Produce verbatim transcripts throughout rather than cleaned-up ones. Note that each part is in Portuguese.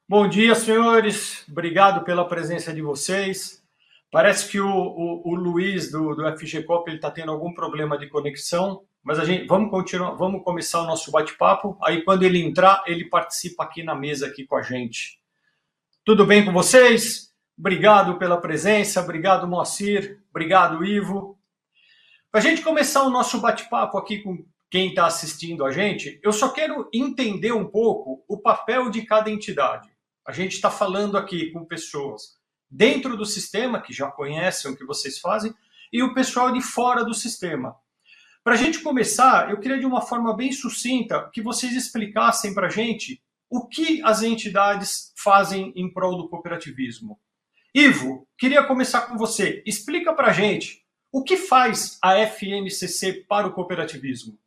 Bom dia, senhores. Obrigado pela presença de vocês. Parece que o, o, o Luiz do, do F G Cop está tendo algum problema de conexão, mas a gente vamos continuar, vamos começar o nosso bate-papo. Aí, quando ele entrar, ele participa aqui na mesa aqui com a gente. Tudo bem com vocês? Obrigado pela presença. Obrigado, Moacir. Obrigado, Ivo. Para a gente começar o nosso bate-papo aqui com quem está assistindo a gente, eu só quero entender um pouco o papel de cada entidade. A gente está falando aqui com pessoas dentro do sistema, que já conhecem o que vocês fazem, e o pessoal de fora do sistema. Para a gente começar, eu queria de uma forma bem sucinta que vocês explicassem para a gente o que as entidades fazem em prol do cooperativismo. Ivo, queria começar com você. Explica para a gente o que faz a F N C C para o cooperativismo.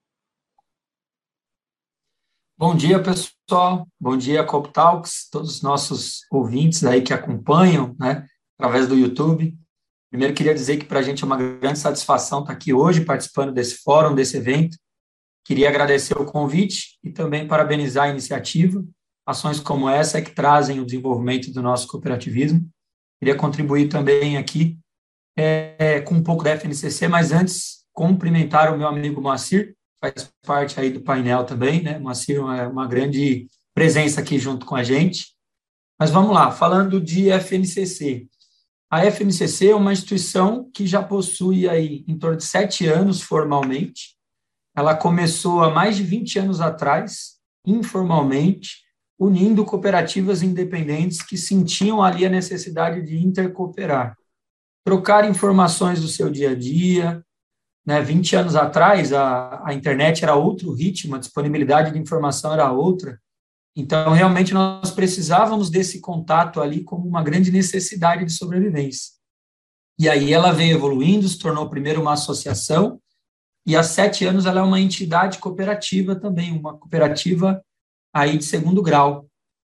Bom dia, pessoal. Bom dia, CoopTalks, todos os nossos ouvintes aí que acompanham, né, através do YouTube. Primeiro, queria dizer que para a gente é uma grande satisfação estar aqui hoje, participando desse fórum, desse evento. Queria agradecer o convite e também parabenizar a iniciativa. Ações como essa é que trazem o desenvolvimento do nosso cooperativismo. Queria contribuir também aqui é, com um pouco da F N C C, mas antes, cumprimentar o meu amigo Moacir, faz parte aí do painel também, né? Moacir é uma, uma grande presença aqui junto com a gente. Mas vamos lá, falando de F N C C. A F N C C é uma instituição que já possui aí em torno de sete anos formalmente. Ela começou há mais de vinte anos atrás, informalmente, unindo cooperativas independentes que sentiam ali a necessidade de intercooperar, trocar informações do seu dia a dia. Né, vinte anos atrás, a, a internet era outro ritmo, a disponibilidade de informação era outra. Então, realmente, nós precisávamos desse contato ali como uma grande necessidade de sobrevivência. E aí ela veio evoluindo, se tornou primeiro uma associação, e há sete anos ela é uma entidade cooperativa também, uma cooperativa aí de segundo grau.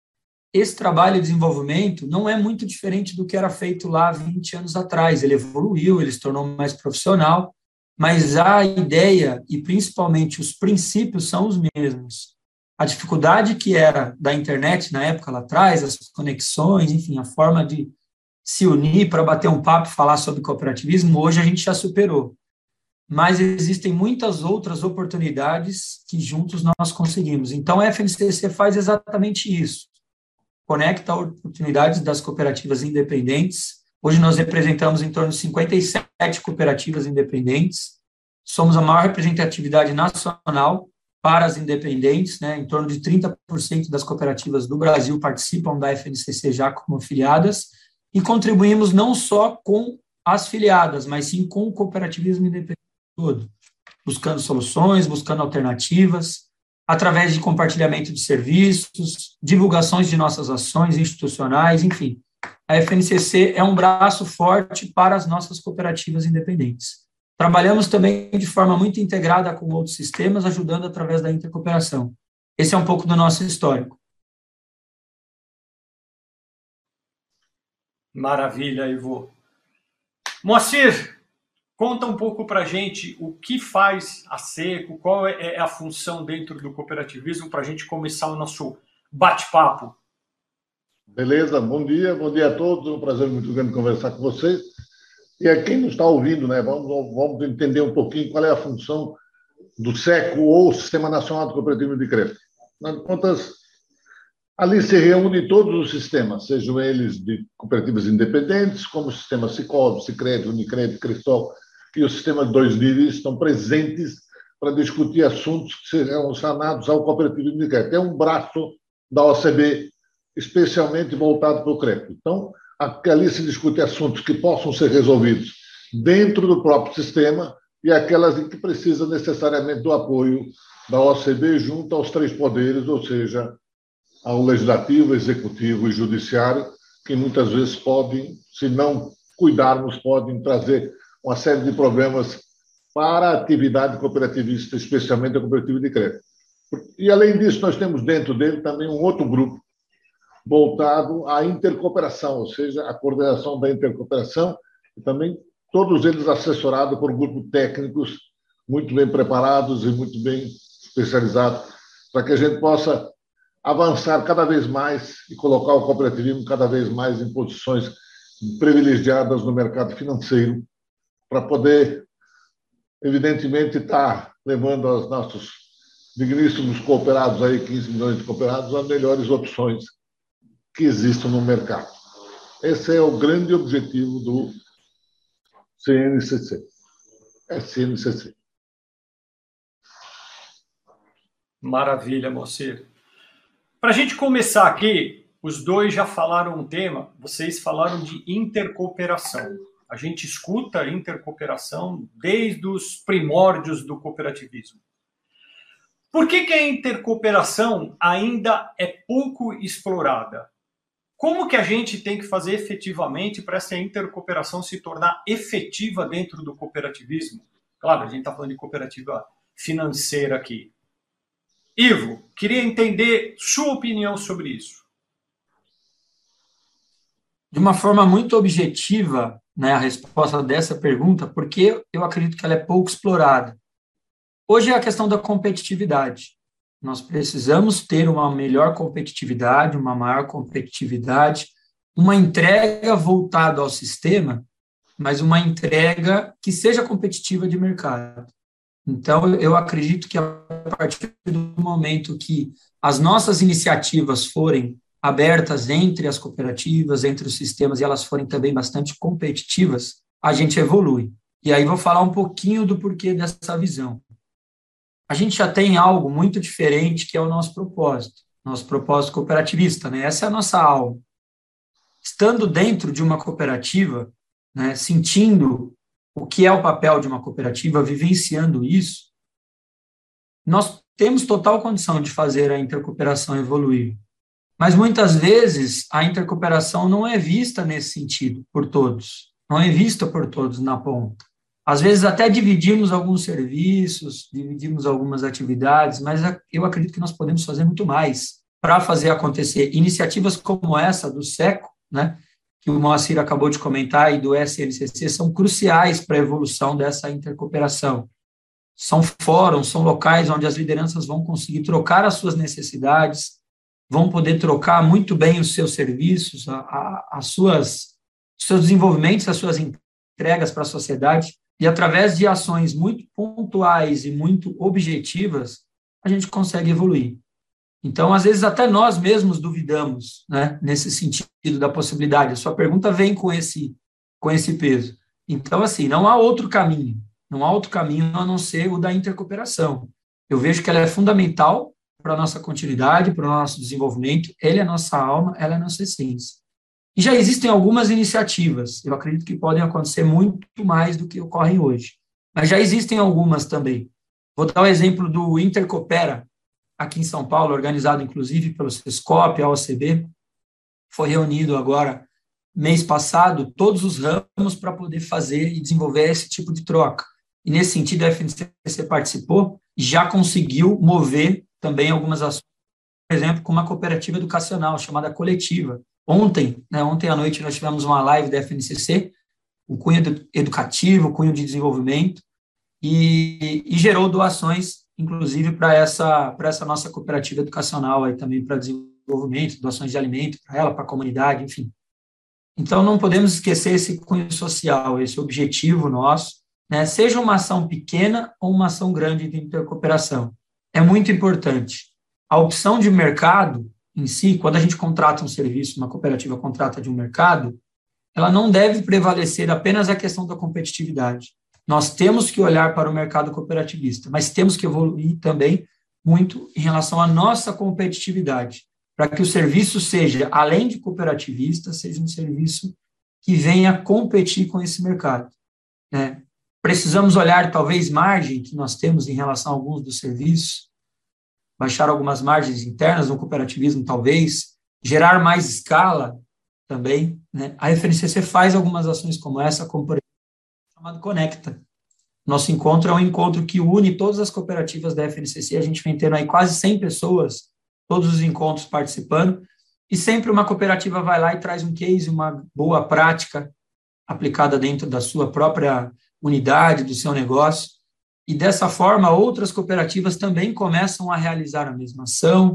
Esse trabalho de desenvolvimento não é muito diferente do que era feito lá há vinte anos atrás. Ele evoluiu, ele se tornou mais profissional, mas a ideia e principalmente os princípios são os mesmos. A dificuldade que era da internet na época lá atrás, as conexões, enfim, a forma de se unir para bater um papo e falar sobre cooperativismo, hoje a gente já superou. Mas existem muitas outras oportunidades que juntos nós conseguimos. Então, a F N C C faz exatamente isso. Conecta oportunidades das cooperativas independentes. Hoje nós representamos em torno de cinquenta e sete cooperativas independentes, somos a maior representatividade nacional para as independentes, né? Em torno de trinta por cento das cooperativas do Brasil participam da F N C C já como afiliadas, e contribuímos não só com as filiadas, mas sim com o cooperativismo independente todo, buscando soluções, buscando alternativas, através de compartilhamento de serviços, divulgações de nossas ações institucionais, enfim. A F N C C é um braço forte para as nossas cooperativas independentes. Trabalhamos também de forma muito integrada com outros sistemas, ajudando através da intercooperação. Esse é um pouco do nosso histórico. Maravilha, Ivo. Moacir, conta um pouco para a gente o que faz a SECO, qual é a função dentro do cooperativismo, para a gente começar o nosso bate-papo. Beleza, bom dia, bom dia a todos, é um prazer muito grande conversar com vocês. E a quem nos está ouvindo, né, vamos, vamos entender um pouquinho qual é a função do SECO, ou Sistema Nacional de Cooperativismo de Crédito. Nas contas, ali se reúnem todos os sistemas, sejam eles de cooperativas independentes, como o sistema Sicoob, Sicredi, Unicred, Cristol, e o sistema de dois níveis estão presentes para discutir assuntos que serão sanados ao cooperativismo de crédito. É um braço da O C B, especialmente voltado para o crédito. Então, ali se discute assuntos que possam ser resolvidos dentro do próprio sistema e aquelas em que precisa necessariamente do apoio da O C B junto aos três poderes, ou seja, ao legislativo, executivo e judiciário, que muitas vezes podem, se não cuidarmos, podem trazer uma série de problemas para a atividade cooperativista, especialmente a cooperativa de crédito. E, além disso, nós temos dentro dele também um outro grupo voltado à intercooperação, ou seja, a coordenação da intercooperação, e também todos eles assessorados por grupos técnicos muito bem preparados e muito bem especializados, para que a gente possa avançar cada vez mais e colocar o cooperativismo cada vez mais em posições privilegiadas no mercado financeiro, para poder, evidentemente, estar levando aos nossos digníssimos cooperados, aí, quinze milhões de cooperados, as melhores opções que existem no mercado. Esse é o grande objetivo do C N C C. É C N C C. Maravilha, Moacir. Para a gente começar aqui, os dois já falaram um tema, vocês falaram de intercooperação. A gente escuta intercooperação desde os primórdios do cooperativismo. Por que que a intercooperação ainda é pouco explorada? Como que a gente tem que fazer efetivamente para essa intercooperação se tornar efetiva dentro do cooperativismo? Claro, a gente está falando de cooperativa financeira aqui. Ivo, queria entender sua opinião sobre isso. De uma forma muito objetiva, né, a resposta dessa pergunta, porque eu acredito que ela é pouco explorada. Hoje é a questão da competitividade. Nós precisamos ter uma melhor competitividade, uma maior competitividade, uma entrega voltada ao sistema, mas uma entrega que seja competitiva de mercado. Então, eu acredito que a partir do momento que as nossas iniciativas forem abertas entre as cooperativas, entre os sistemas, e elas forem também bastante competitivas, a gente evolui. E aí vou falar um pouquinho do porquê dessa visão. A gente já tem algo muito diferente que é o nosso propósito, nosso propósito cooperativista, né? Essa é a nossa alma. Estando dentro de uma cooperativa, né, sentindo o que é o papel de uma cooperativa, vivenciando isso, nós temos total condição de fazer a intercooperação evoluir. Mas muitas vezes a intercooperação não é vista nesse sentido por todos, não é vista por todos na ponta. Às vezes até dividimos alguns serviços, dividimos algumas atividades, mas eu acredito que nós podemos fazer muito mais para fazer acontecer. Iniciativas como essa do SECO, né, que o Moacir acabou de comentar, e do S N C C, são cruciais para a evolução dessa intercooperação. São fóruns, são locais onde as lideranças vão conseguir trocar as suas necessidades, vão poder trocar muito bem os seus serviços, a, a, as suas, os seus desenvolvimentos, as suas entregas para a sociedade, e através de ações muito pontuais e muito objetivas, a gente consegue evoluir. Então, às vezes, até nós mesmos duvidamos, né, nesse sentido da possibilidade. A sua pergunta vem com esse, com esse peso. Então, assim, não há outro caminho, não há outro caminho a não ser o da intercooperação. Eu vejo que ela é fundamental para a nossa continuidade, para o nosso desenvolvimento, ele é a nossa alma, ela é a nossa essência. E já existem algumas iniciativas, eu acredito que podem acontecer muito mais do que ocorrem hoje, mas já existem algumas também. Vou dar o exemplo do Intercoopera, aqui em São Paulo, organizado inclusive pelo Sescop, a O C B, foi reunido agora, mês passado, todos os ramos para poder fazer e desenvolver esse tipo de troca. E nesse sentido, a F N C C participou e já conseguiu mover também algumas ações, por exemplo, com uma cooperativa educacional chamada Coletiva. Ontem, né, ontem à noite, nós tivemos uma live da F N C C, o cunho educativo, o cunho de desenvolvimento, e, e gerou doações, inclusive, para essa, para essa nossa cooperativa educacional, aí também para desenvolvimento, doações de alimento para ela, para a comunidade, enfim. Então, não podemos esquecer esse cunho social, esse objetivo nosso, né, seja uma ação pequena ou uma ação grande de intercooperação. É muito importante. A opção de mercado em si, quando a gente contrata um serviço, uma cooperativa contrata de um mercado, ela não deve prevalecer apenas a questão da competitividade. Nós temos que olhar para o mercado cooperativista, mas temos que evoluir também muito em relação à nossa competitividade, para que o serviço seja, além de cooperativista, seja um serviço que venha competir com esse mercado, né? Precisamos olhar, talvez, margem que nós temos em relação a alguns dos serviços, baixar algumas margens internas no cooperativismo, talvez, gerar mais escala também, né? A F N C C faz algumas ações como essa, como, por exemplo, chamado Conecta. Nosso encontro é um encontro que une todas as cooperativas da F N C C, a gente vem tendo aí quase cem pessoas, todos os encontros participando, e sempre uma cooperativa vai lá e traz um case, uma boa prática aplicada dentro da sua própria unidade, do seu negócio, e dessa forma outras cooperativas também começam a realizar a mesma ação,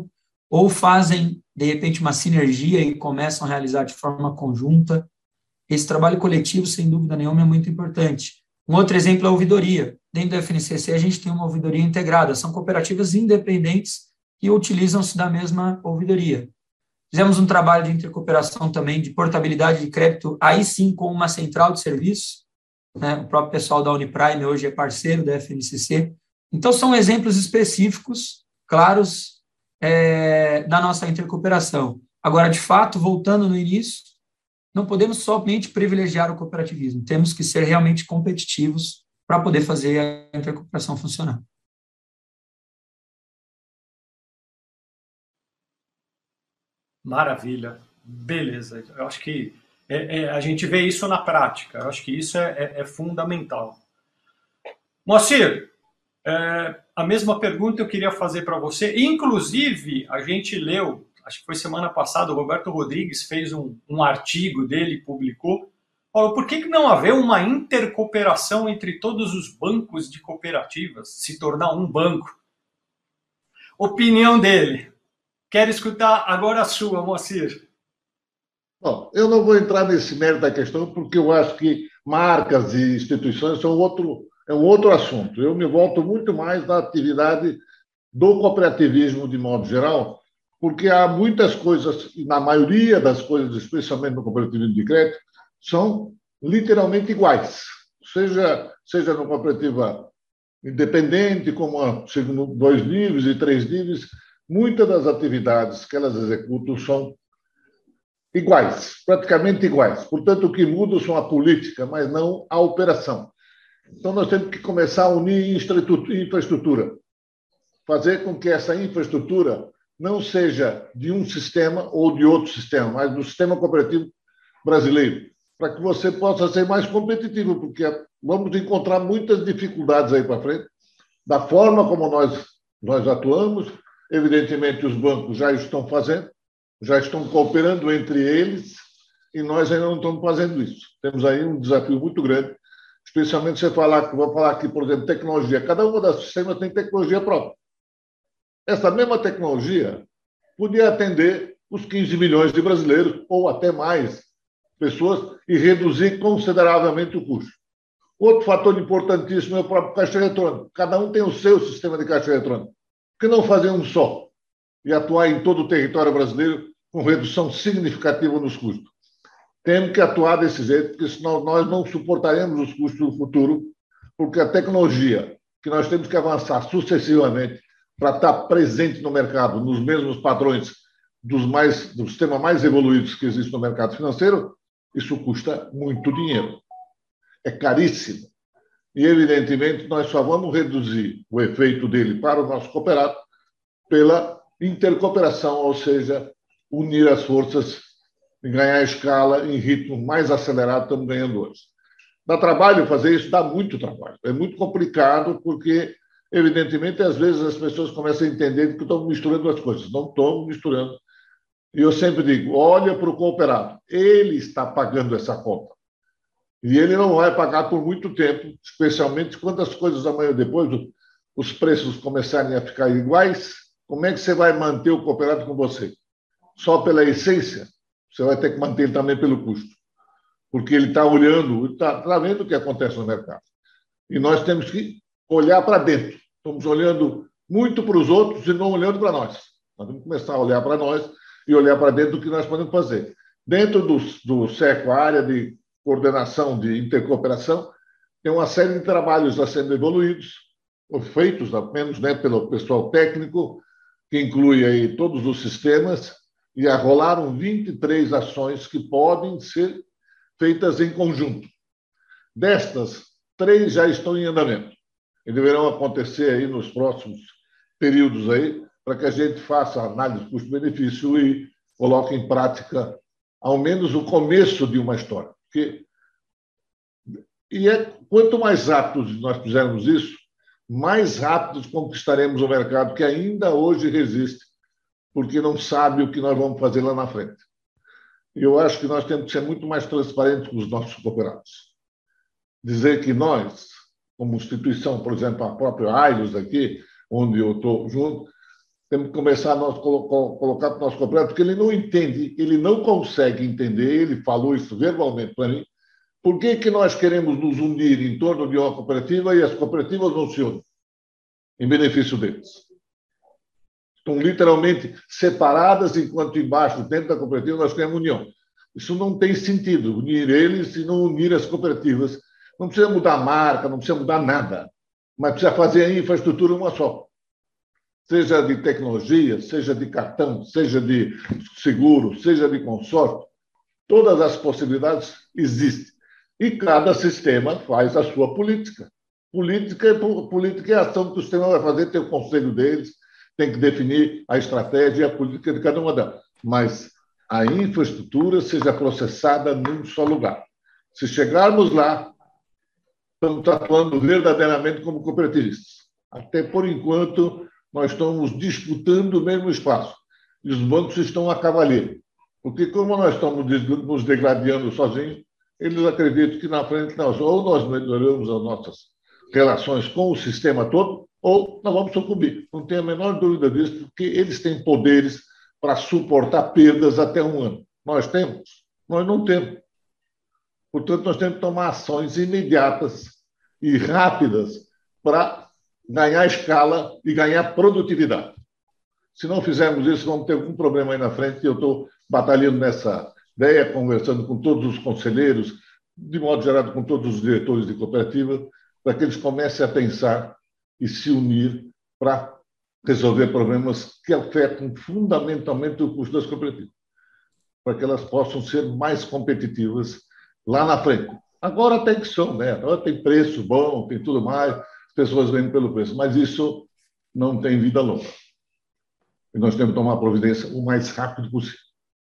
ou fazem, de repente, uma sinergia e começam a realizar de forma conjunta. Esse trabalho coletivo, sem dúvida nenhuma, é muito importante. Um outro exemplo é a ouvidoria. Dentro da F N C C, a gente tem uma ouvidoria integrada. São cooperativas independentes que utilizam-se da mesma ouvidoria. Fizemos um trabalho de intercooperação também, de portabilidade de crédito, aí sim com uma central de serviço, né? O próprio pessoal da Uniprime hoje é parceiro da F N C C. Então, são exemplos específicos, claros, é, da nossa intercooperação. Agora, de fato, voltando no início, não podemos somente privilegiar o cooperativismo, temos que ser realmente competitivos para poder fazer a intercooperação funcionar. Maravilha, beleza. Eu acho que é, é, a gente vê isso na prática, eu acho que isso é, é, é fundamental. Moacir, é, a mesma pergunta eu queria fazer para você, inclusive a gente leu, acho que foi semana passada, o Roberto Rodrigues fez um, um artigo dele, publicou, falou, por que, que não haver uma intercooperação entre todos os bancos de cooperativas, se tornar um banco? Opinião dele. Quero escutar agora a sua, Moacir. Bom, eu não vou entrar nesse mérito da questão, porque eu acho que marcas e instituições são outro, é um outro assunto. Eu me volto muito mais na atividade do cooperativismo de modo geral, porque há muitas coisas, e na maioria das coisas, especialmente no cooperativismo de crédito, são literalmente iguais. Seja, seja numa cooperativa independente, como a segundo dois níveis e três níveis, muitas das atividades que elas executam são iguais, praticamente iguais. Portanto, o que muda são a política, mas não a operação. Então, nós temos que começar a unir infraestrutura, fazer com que essa infraestrutura não seja de um sistema ou de outro sistema, mas do sistema cooperativo brasileiro, para que você possa ser mais competitivo, porque vamos encontrar muitas dificuldades aí para frente, da forma como nós, nós atuamos. Evidentemente, os bancos já estão fazendo, já estão cooperando entre eles, e nós ainda não estamos fazendo isso. Temos aí um desafio muito grande, especialmente se você falar, vou falar aqui, por exemplo, tecnologia. Cada uma das sistemas tem tecnologia própria. Essa mesma tecnologia podia atender os quinze milhões de brasileiros, ou até mais pessoas, e reduzir consideravelmente o custo. Outro fator importantíssimo é o próprio caixa eletrônico. Cada um tem o seu sistema de caixa eletrônico. Por que não fazer um só e atuar em todo o território brasileiro com redução significativa nos custos? Temos que atuar desse jeito, porque senão nós não suportaremos os custos do futuro, porque a tecnologia que nós temos que avançar sucessivamente para estar presente no mercado, nos mesmos padrões dos, mais, dos sistemas mais evoluídos que existem no mercado financeiro, isso custa muito dinheiro. É caríssimo. E, evidentemente, nós só vamos reduzir o efeito dele para o nosso cooperado pela intercooperação, ou seja, unir as forças e ganhar escala em ritmo mais acelerado, estamos ganhando hoje. Dá trabalho fazer isso? Dá muito trabalho. É muito complicado porque, evidentemente, às vezes as pessoas começam a entender que estamos misturando as coisas. Não estamos misturando. E eu sempre digo, olha para o cooperado. Ele está pagando essa conta. E ele não vai pagar por muito tempo, especialmente quando as coisas amanhã depois, os preços começarem a ficar iguais. Como é que você vai manter o cooperado com você? Só pela essência? Você vai ter que manter ele também pelo custo. Porque ele está olhando, está tá vendo o que acontece no mercado. E nós temos que olhar para dentro. Estamos olhando muito para os outros e não olhando para nós. Nós temos que começar a olhar para nós e olhar para dentro do que nós podemos fazer. Dentro do, do SECO, a área de coordenação de intercooperação, tem uma série de trabalhos a sendo evoluídos, ou feitos, ao menos, né, pelo pessoal técnico, que inclui aí todos os sistemas, e rolaram vinte e três ações que podem ser feitas em conjunto. Destas, três já estão em andamento, e deverão acontecer aí nos próximos períodos aí, para que a gente faça a análise de custo-benefício e coloque em prática, ao menos, o começo de uma história. Porque, e é, quanto mais rápido nós fizermos isso, mais rápido conquistaremos o mercado que ainda hoje resiste, porque não sabe o que nós vamos fazer lá na frente. E eu acho que nós temos que ser muito mais transparentes com os nossos cooperados. Dizer que nós, como instituição, por exemplo, a própria Ailos aqui, onde eu estou junto, Temos que começar a nós, colocar para o nosso cooperativo, porque ele não entende, ele não consegue entender, ele falou isso verbalmente para mim, por que, que nós queremos nos unir em torno de uma cooperativa e as cooperativas não se unem em benefício deles. Estão literalmente separadas, enquanto embaixo, dentro da cooperativa, nós temos união. Isso não tem sentido, unir eles e não unir as cooperativas. Não precisa mudar a marca, não precisa mudar nada, mas precisa fazer a infraestrutura uma só. Seja de tecnologia, seja de cartão, seja de seguro, seja de consórcio, todas as possibilidades existem. E cada sistema faz a sua política. Política é, política é a ação que o sistema vai fazer, tem o conselho deles, tem que definir a estratégia e a política de cada uma delas. Mas a infraestrutura seja processada num só lugar. Se chegarmos lá, estamos atuando verdadeiramente como cooperativistas. Até por enquanto, nós estamos disputando o mesmo espaço. E os bancos estão a cavaleiro. Porque como nós estamos nos degradando sozinhos, eles acreditam que na frente nós, ou nós melhoramos as nossas relações com o sistema todo, ou nós vamos sucumbir. Não tenho a menor dúvida disso, porque eles têm poderes para suportar perdas até um ano. Nós temos? Nós não temos. Portanto, nós temos que tomar ações imediatas e rápidas para ganhar escala e ganhar produtividade. Se não fizermos isso, vamos ter algum problema aí na frente. Eu estou batalhando nessa ideia, conversando com todos os conselheiros, de modo geral com todos os diretores de cooperativa, para que eles comecem a pensar e se unir para resolver problemas que afetam fundamentalmente o custo das cooperativas, para que elas possam ser mais competitivas lá na frente. Agora até que são, né? Agora tem preço bom, tem tudo mais, as pessoas vendem pelo preço, mas isso não tem vida longa. E nós temos que tomar providência o mais rápido possível.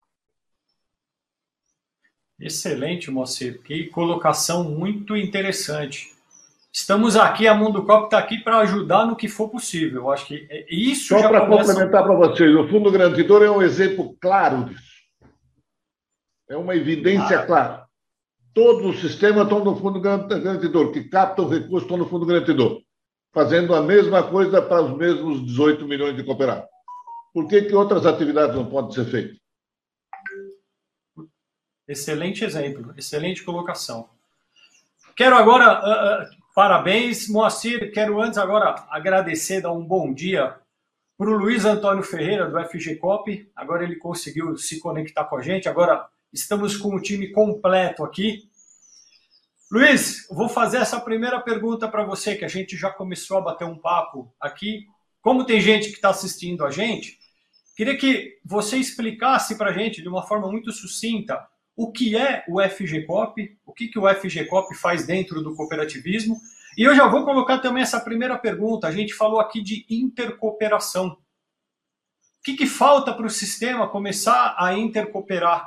Excelente, Moacir. Que colocação muito interessante. Estamos aqui, a Mundo Coop está aqui para ajudar no que for possível. Eu acho que isso Só já para começa... complementar para vocês, o Fundo Garantidor é um exemplo claro disso. É uma evidência ah. clara. Todos os sistemas estão no Fundo Garantidor, que captam recursos estão no Fundo Garantidor, fazendo a mesma coisa para os mesmos dezoito milhões de cooperados. Por que, que outras atividades não podem ser feitas? Excelente exemplo, excelente colocação. Quero agora, uh, uh, parabéns, Moacir, quero antes agora agradecer, dar um bom dia para o Luiz Antônio Ferreira, do F G Coop. Agora ele conseguiu se conectar com a gente, agora estamos com o time completo aqui. Luiz, vou fazer essa primeira pergunta para você, que a gente já começou a bater um papo aqui. Como tem gente que está assistindo a gente, queria que você explicasse para a gente, de uma forma muito sucinta, o que é o F G Coop, o que, que o F G Coop faz dentro do cooperativismo. E eu já vou colocar também essa primeira pergunta. A gente falou aqui de intercooperação. O que, que falta para o sistema começar a intercooperar?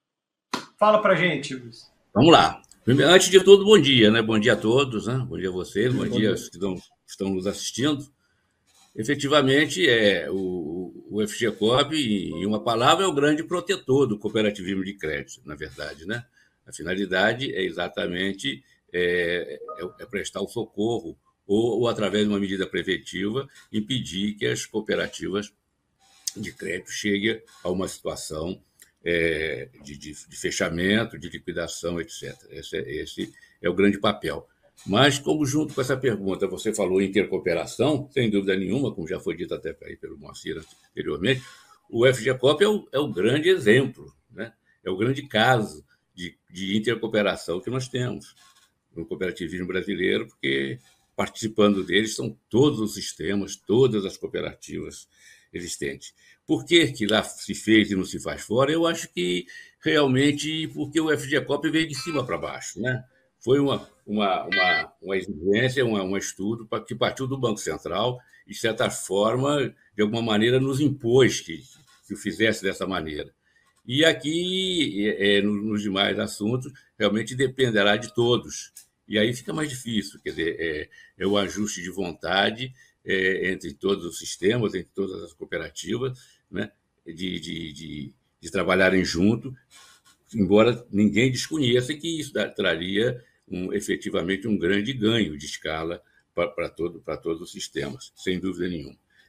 Fala para a gente, Luiz. Vamos lá. Antes de tudo, bom dia, né? Bom dia a todos, né? Bom dia a vocês, bom, bom dia aos que estão, estão nos assistindo. Efetivamente, é, o, o F G Coop, em uma palavra, é o grande protetor do cooperativismo de crédito, na verdade, né? A finalidade é exatamente é, é, é prestar o socorro ou, ou, através de uma medida preventiva, impedir que as cooperativas de crédito cheguem a uma situação é, de, de, de fechamento, de liquidação, etcétera. Esse é, esse é o grande papel. Mas, como junto com essa pergunta você falou em intercooperação, sem dúvida nenhuma, como já foi dito até aí pelo Moacir anteriormente, o F G Coop é o, é o grande exemplo, né? É o grande caso de, de intercooperação que nós temos no cooperativismo brasileiro, porque participando dele são todos os sistemas, todas as cooperativas existentes. Por que, que lá se fez e não se faz fora? Eu acho que realmente porque o F G Coop veio de cima para baixo, né? Foi uma, uma, uma, uma exigência, uma, um estudo que partiu do Banco Central e, de certa forma, de alguma maneira, nos impôs que, que o fizesse dessa maneira. E aqui, é, nos demais assuntos, realmente dependerá de todos. E aí fica mais difícil, quer dizer, é, é o ajuste de vontade é, entre todos os sistemas, entre todas as cooperativas, né, de, de, de, de trabalharem junto, embora ninguém desconheça que isso traria um, efetivamente um grande ganho de escala para todo, para todos os sistemas, sem dúvida nenhuma.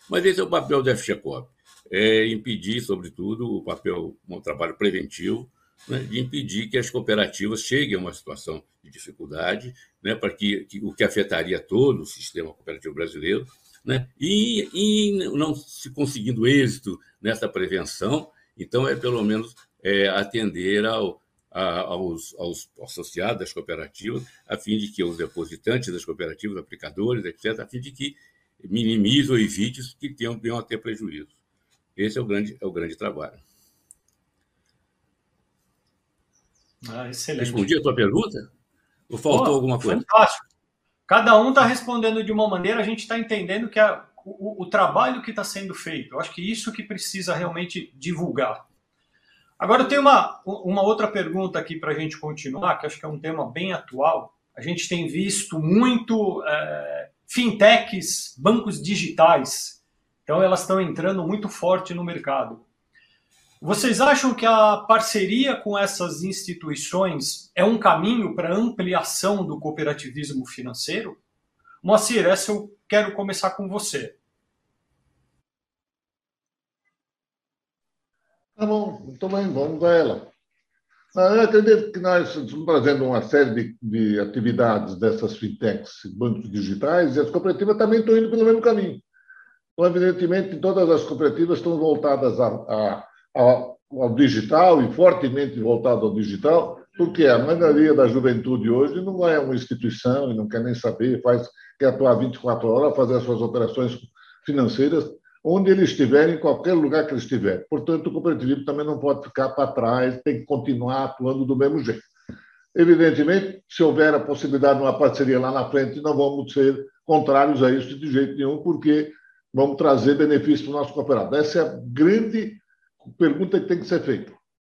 Mas esse é o papel do FGCOP, é impedir, sobretudo, o papel, um trabalho preventivo, né, de impedir que as cooperativas cheguem a uma situação de dificuldade, né, para que, que o que afetaria todo o sistema cooperativo brasileiro, né, e, e não se conseguindo êxito nessa prevenção, então é pelo menos é, atender ao, a, aos, aos associados das cooperativas, a fim de que os depositantes das cooperativas, aplicadores, etcétera, a fim de que minimize ou evite que tenham, tenham a ter prejuízo. Esse é o grande, é o grande trabalho. Ah, excelente. Respondi a tua pergunta? Ou faltou Pô, alguma coisa? Fantástico. Cada um está respondendo de uma maneira, a gente está entendendo que a, o, o trabalho que está sendo feito. Eu acho que isso que precisa realmente divulgar. Agora, eu tenho uma, uma outra pergunta aqui para a gente continuar, que acho que é um tema bem atual. A gente tem visto muito é, fintechs, bancos digitais. Então, elas estão entrando muito forte no mercado. Vocês acham que a parceria com essas instituições é um caminho para ampliação do cooperativismo financeiro? Moacir, essa eu quero começar com você. Tá bom, muito bem, vamos a ela. Eu acredito que nós estamos trazendo uma série de, de atividades dessas fintechs, bancos digitais, e as cooperativas também estão indo pelo mesmo caminho. Então, evidentemente, todas as cooperativas estão voltadas a, a, a, ao digital e fortemente voltadas ao digital, porque a maioria da juventude hoje não é uma instituição e não quer nem saber, faz, quer atuar vinte e quatro horas, fazer as suas operações financeiras onde ele estiver, em qualquer lugar que ele estiver. Portanto, o cooperativismo também não pode ficar para trás, tem que continuar atuando do mesmo jeito. Evidentemente, se houver a possibilidade de uma parceria lá na frente, não vamos ser contrários a isso de jeito nenhum, porque vamos trazer benefício para o nosso cooperado. Essa é a grande pergunta que tem que ser feita.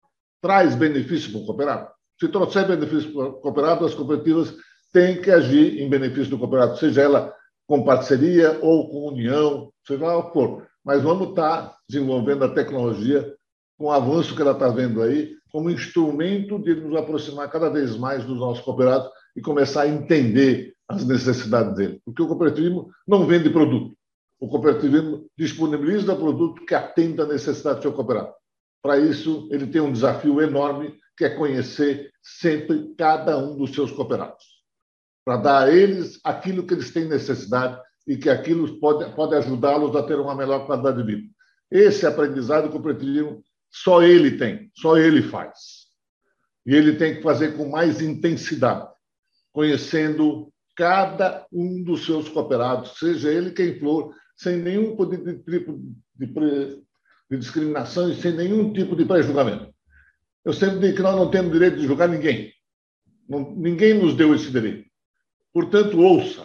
Traz benefício para o cooperado? Se trouxer benefício para o cooperado, as cooperativas têm que agir em benefício do cooperado, seja ela com parceria ou com união, seja lá o que for. Mas vamos estar desenvolvendo a tecnologia com o avanço que ela está vendo aí, como instrumento de nos aproximar cada vez mais dos nossos cooperados e começar a entender as necessidades dele. Porque o cooperativismo não vende produto. O cooperativismo disponibiliza produto que atenda à necessidade do seu cooperado. Para isso, ele tem um desafio enorme, que é conhecer sempre cada um dos seus cooperados, para dar a eles aquilo que eles têm necessidade e que aquilo pode, pode ajudá-los a ter uma melhor qualidade de vida. Esse aprendizado que o cooperativismo só ele tem, só ele faz. E ele tem que fazer com mais intensidade, conhecendo cada um dos seus cooperados, seja ele quem for, sem nenhum tipo de, de, de discriminação e sem nenhum tipo de pré-julgamento. Eu sempre digo que nós não temos direito de julgar ninguém. Não, ninguém nos deu esse direito. Portanto, ouça.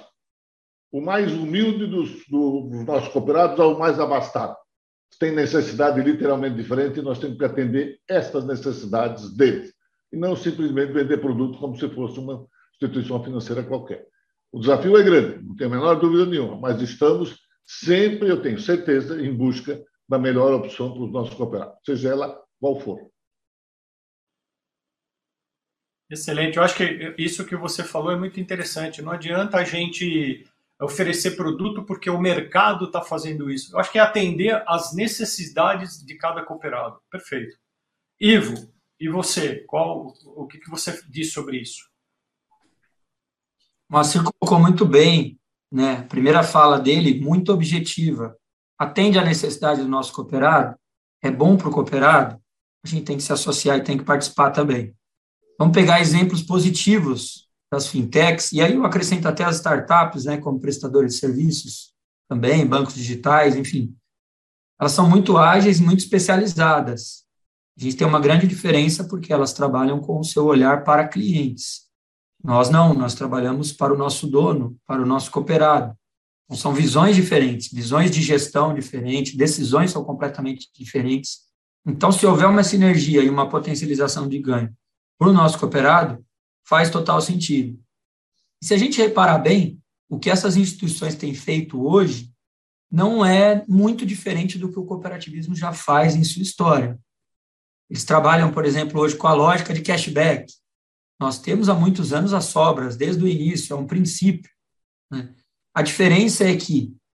O mais humilde dos, dos nossos cooperados ao mais abastado. Tem necessidade literalmente diferente e nós temos que atender estas necessidades deles. E não simplesmente vender produto como se fosse uma instituição financeira qualquer. O desafio é grande, não tenho a menor dúvida nenhuma, mas estamos sempre, eu tenho certeza, em busca da melhor opção para os nossos cooperados, seja ela qual for. Excelente. Eu acho que isso que você falou é muito interessante. Não adianta a gente oferecer produto porque o mercado está fazendo isso. Eu acho que é atender às necessidades de cada cooperado. Perfeito. Ivo, e você? Qual, o que você diz sobre isso? O Moacir colocou muito bem, né? A primeira fala dele, muito objetiva. Atende à necessidade do nosso cooperado, é bom para o cooperado, a gente tem que se associar e tem que participar também. Vamos pegar exemplos positivos das fintechs, e aí eu acrescento até as startups, né, como prestadores de serviços, também, bancos digitais, enfim. Elas são muito ágeis e muito especializadas. A gente tem uma grande diferença porque elas trabalham com o seu olhar para clientes. Nós não, nós trabalhamos para o nosso dono, para o nosso cooperado. Então, são visões diferentes, visões de gestão diferentes, decisões são completamente diferentes. Então, se houver uma sinergia e uma potencialização de ganho para o nosso cooperado, faz total sentido. E se a gente reparar bem, o que essas instituições têm feito hoje não é muito diferente do que o cooperativismo já faz em sua história. Eles trabalham, por exemplo, hoje com a lógica de cashback. Nós temos há muitos anos as sobras, desde o início, é um princípio, né? A diferença é que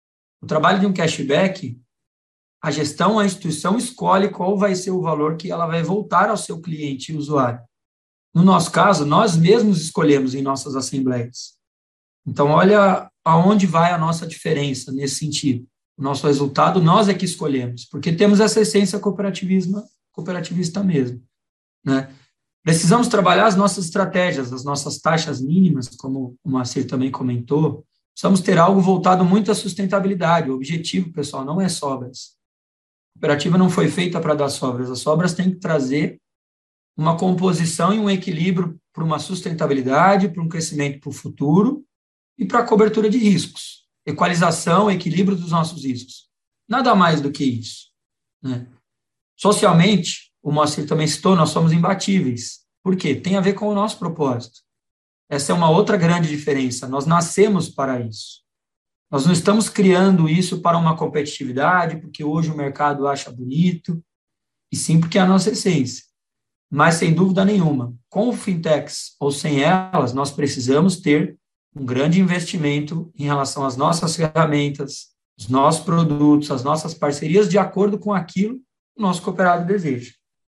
O trabalho de um cashback, a gestão, a instituição escolhe qual vai ser o valor que ela vai voltar ao seu cliente e usuário. No nosso caso, nós mesmos escolhemos em nossas assembleias. Então, olha aonde vai a nossa diferença nesse sentido. O nosso resultado, nós é que escolhemos, porque temos essa essência cooperativista, cooperativista mesmo, né? Precisamos trabalhar as nossas estratégias, as nossas taxas mínimas, como o Moacir também comentou. Precisamos ter algo voltado muito à sustentabilidade. O objetivo, pessoal, não é sobras. A cooperativa não foi feita para dar sobras. As sobras têm que trazer uma composição e um equilíbrio para uma sustentabilidade, para um crescimento para o futuro e para a cobertura de riscos. Equalização, equilíbrio dos nossos riscos. Nada mais do que isso, né? Socialmente, o Moacir também citou, nós somos imbatíveis. Por quê? Tem a ver com o nosso propósito. Essa é uma outra grande diferença. Nós nascemos para isso. Nós não estamos criando isso para uma competitividade, porque hoje o mercado acha bonito, e sim porque é a nossa essência. Mas, sem dúvida nenhuma, com o fintechs ou sem elas, nós precisamos ter um grande investimento em relação às nossas ferramentas, os nossos produtos, as nossas parcerias, de acordo com aquilo que o nosso cooperado deseja.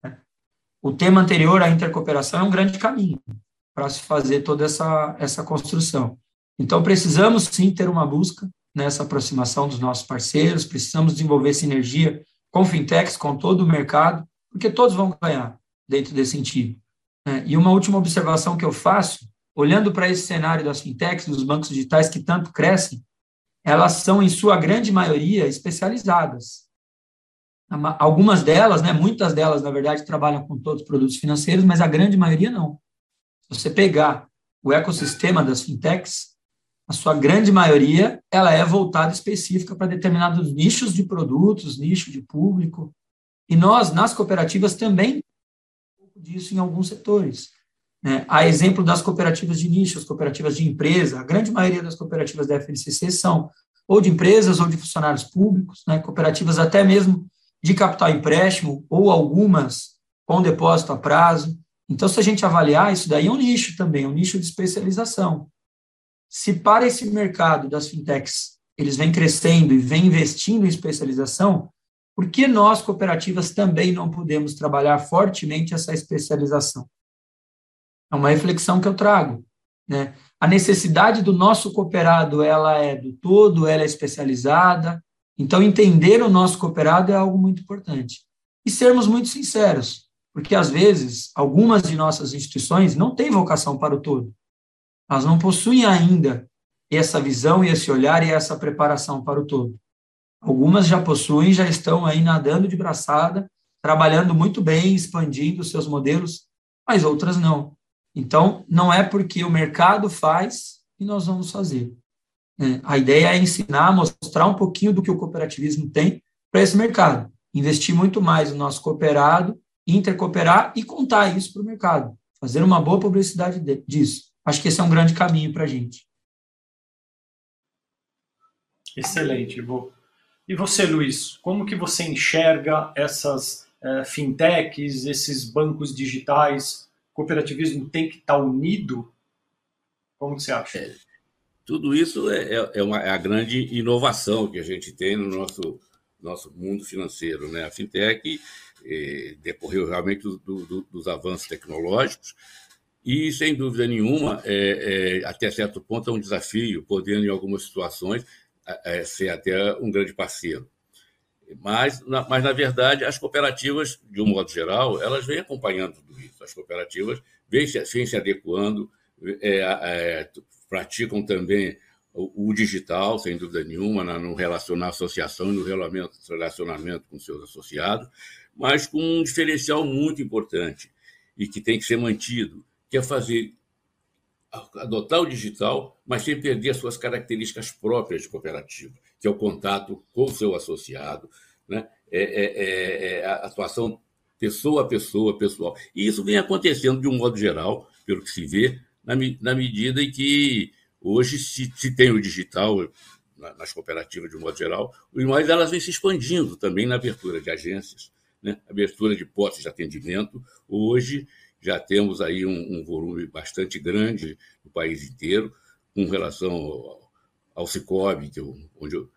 O tema anterior, a intercooperação, é um grande caminho para se fazer toda essa, essa construção. Então, precisamos, sim, ter uma busca nessa aproximação dos nossos parceiros, precisamos desenvolver sinergia com fintechs, com todo o mercado, porque todos vão ganhar dentro desse sentido. E uma última observação que eu faço, olhando para esse cenário das fintechs, dos bancos digitais que tanto crescem, elas são, em sua grande maioria, especializadas. Algumas delas, né, muitas delas, na verdade, trabalham com todos os produtos financeiros, mas a grande maioria não. Se você pegar o ecossistema das fintechs, a sua grande maioria, ela é voltada específica para determinados nichos de produtos, nicho de público, e nós, nas cooperativas, também temos um pouco disso em alguns setores. Né? A exemplo das cooperativas de nicho, as cooperativas de empresa, a grande maioria das cooperativas da F N C C são ou de empresas ou de funcionários públicos, né? Cooperativas até mesmo de capital empréstimo, ou algumas com depósito a prazo. Então, se a gente avaliar, isso daí é um nicho também, um nicho de especialização. Se para esse mercado das fintechs eles vêm crescendo e vêm investindo em especialização, por que nós, cooperativas, também não podemos trabalhar fortemente essa especialização? É uma reflexão que eu trago, né? A necessidade do nosso cooperado, ela é do todo, ela é especializada. Então, entender o nosso cooperado é algo muito importante. E sermos muito sinceros, porque, às vezes, algumas de nossas instituições não têm vocação para o todo. Elas não possuem ainda essa visão e esse olhar e essa preparação para o todo. Algumas já possuem, já estão aí nadando de braçada, trabalhando muito bem, expandindo seus modelos, mas outras não. Então, não é porque o mercado faz que nós vamos fazer. A ideia é ensinar, mostrar um pouquinho do que o cooperativismo tem para esse mercado. Investir muito mais no nosso cooperado, intercooperar e contar isso para o mercado. Fazer uma boa publicidade disso. Acho que esse é um grande caminho para a gente. Excelente, Ivo. E você, Luiz, como que você enxerga essas uh, fintechs, esses bancos digitais? O cooperativismo tem que estar unido? Como que você acha? É. Tudo isso é, é, uma, é a grande inovação que a gente tem no nosso, nosso mundo financeiro, né? A fintech eh, decorreu realmente do, do, dos avanços tecnológicos e, sem dúvida nenhuma, é, é, até certo ponto é um desafio, podendo, em algumas situações, é, ser até um grande parceiro. Mas na, mas, na verdade, as cooperativas, de um modo geral, elas vêm acompanhando tudo isso. As cooperativas vêm se, vêm se adequando, é, é, praticam também o, o digital, sem dúvida nenhuma, no relacionar a associação e no relacionamento, relacionamento com seus associados, mas com um diferencial muito importante e que tem que ser mantido, que é fazer, adotar o digital, mas sem perder as suas características próprias de cooperativa, que é o contato com o seu associado, né? é, é, é a atuação pessoa a pessoa, pessoal. E isso vem acontecendo de um modo geral, pelo que se vê, na, na medida em que hoje se, se tem o digital nas cooperativas de um modo geral, mas elas vêm se expandindo também na abertura de agências, né? Abertura de postos de atendimento. Hoje já temos aí um, um volume bastante grande no país inteiro, com relação ao, ao Sicob, que eu, onde eu,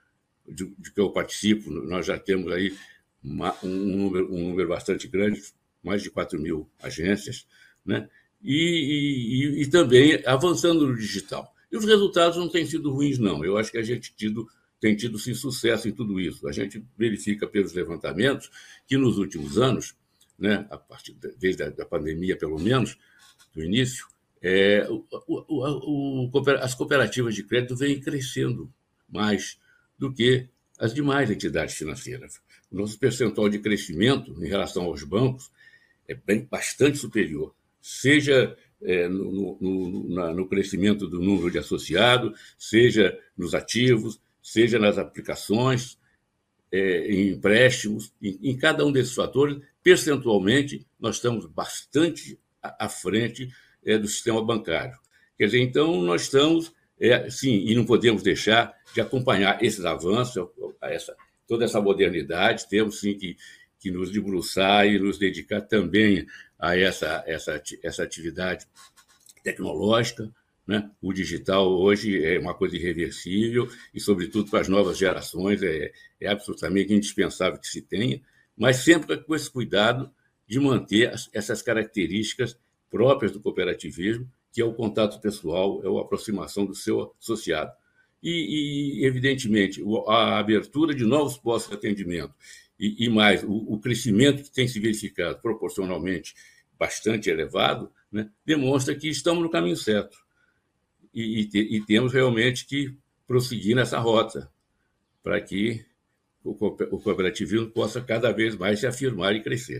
de, de que eu participo, nós já temos aí uma, um, número, um número bastante grande, mais de quatro mil agências, né? E, e, e também avançando no digital. E os resultados não têm sido ruins, não. Eu acho que a gente tido, tem tido sim, sucesso em tudo isso. A gente verifica pelos levantamentos que nos últimos anos, né, a partir de, desde a da pandemia, pelo menos, do início, é, o, o, o, as cooperativas de crédito vêm crescendo mais do que as demais entidades financeiras. O nosso percentual de crescimento em relação aos bancos é bem, bastante superior, seja é, no, no, na, no crescimento do número de associados, seja nos ativos, seja nas aplicações, é, em empréstimos, em, em cada um desses fatores, percentualmente, nós estamos bastante à, à frente é, do sistema bancário. Quer dizer, então, nós estamos, é, sim, e não podemos deixar de acompanhar esses avanços, essa, toda essa modernidade, temos sim que, que nos debruçar e nos dedicar também a essa, essa, essa atividade tecnológica, né? O digital hoje é uma coisa irreversível e, sobretudo, para as novas gerações, é, é absolutamente indispensável que se tenha, mas sempre com esse cuidado de manter as, essas características próprias do cooperativismo, que é o contato pessoal, é a aproximação do seu associado. E, e evidentemente, a abertura de novos postos de atendimento e, e mais, o, o crescimento que tem se verificado proporcionalmente bastante elevado, né, demonstra que estamos no caminho certo. E, e, te, e temos realmente que prosseguir nessa rota para que o, o cooperativismo possa cada vez mais se afirmar e crescer.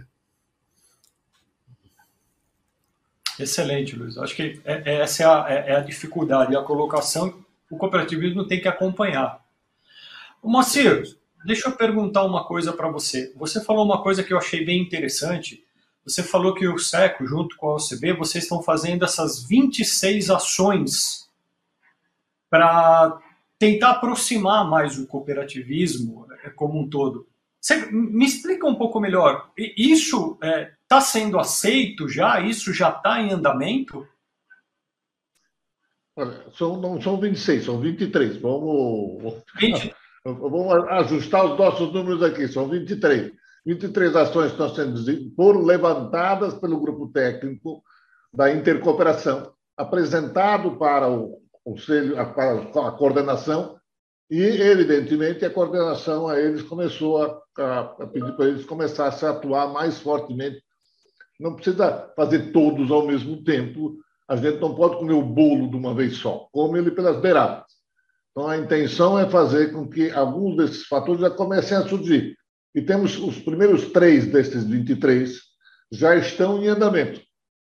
Excelente, Luiz. Acho que é, é, essa é a, é a dificuldade, a colocação, o cooperativismo tem que acompanhar. Moacir, deixa eu perguntar uma coisa para você. Você falou uma coisa que eu achei bem interessante. Você falou que o SECO, junto com a O C B, vocês estão fazendo essas vinte e seis ações para tentar aproximar mais o cooperativismo como um todo. Você me explica um pouco melhor. Isso está é, tá sendo aceito já? Isso já está em andamento? Olha, são, não são vinte e seis, são vinte e três. Vamos, vinte vamos ajustar os nossos números aqui, são vinte e três. vinte e três ações estão sendo foram levantadas pelo grupo técnico da intercooperação, apresentado para o conselho, para a coordenação, e, evidentemente, a coordenação a eles começou a, a, a pedir para eles começassem a atuar mais fortemente. Não precisa fazer todos ao mesmo tempo, a gente não pode comer o bolo de uma vez só, come ele pelas beiradas. Então, a intenção é fazer com que alguns desses fatores já comecem a surgir. E temos os primeiros três desses vinte e três já estão em andamento.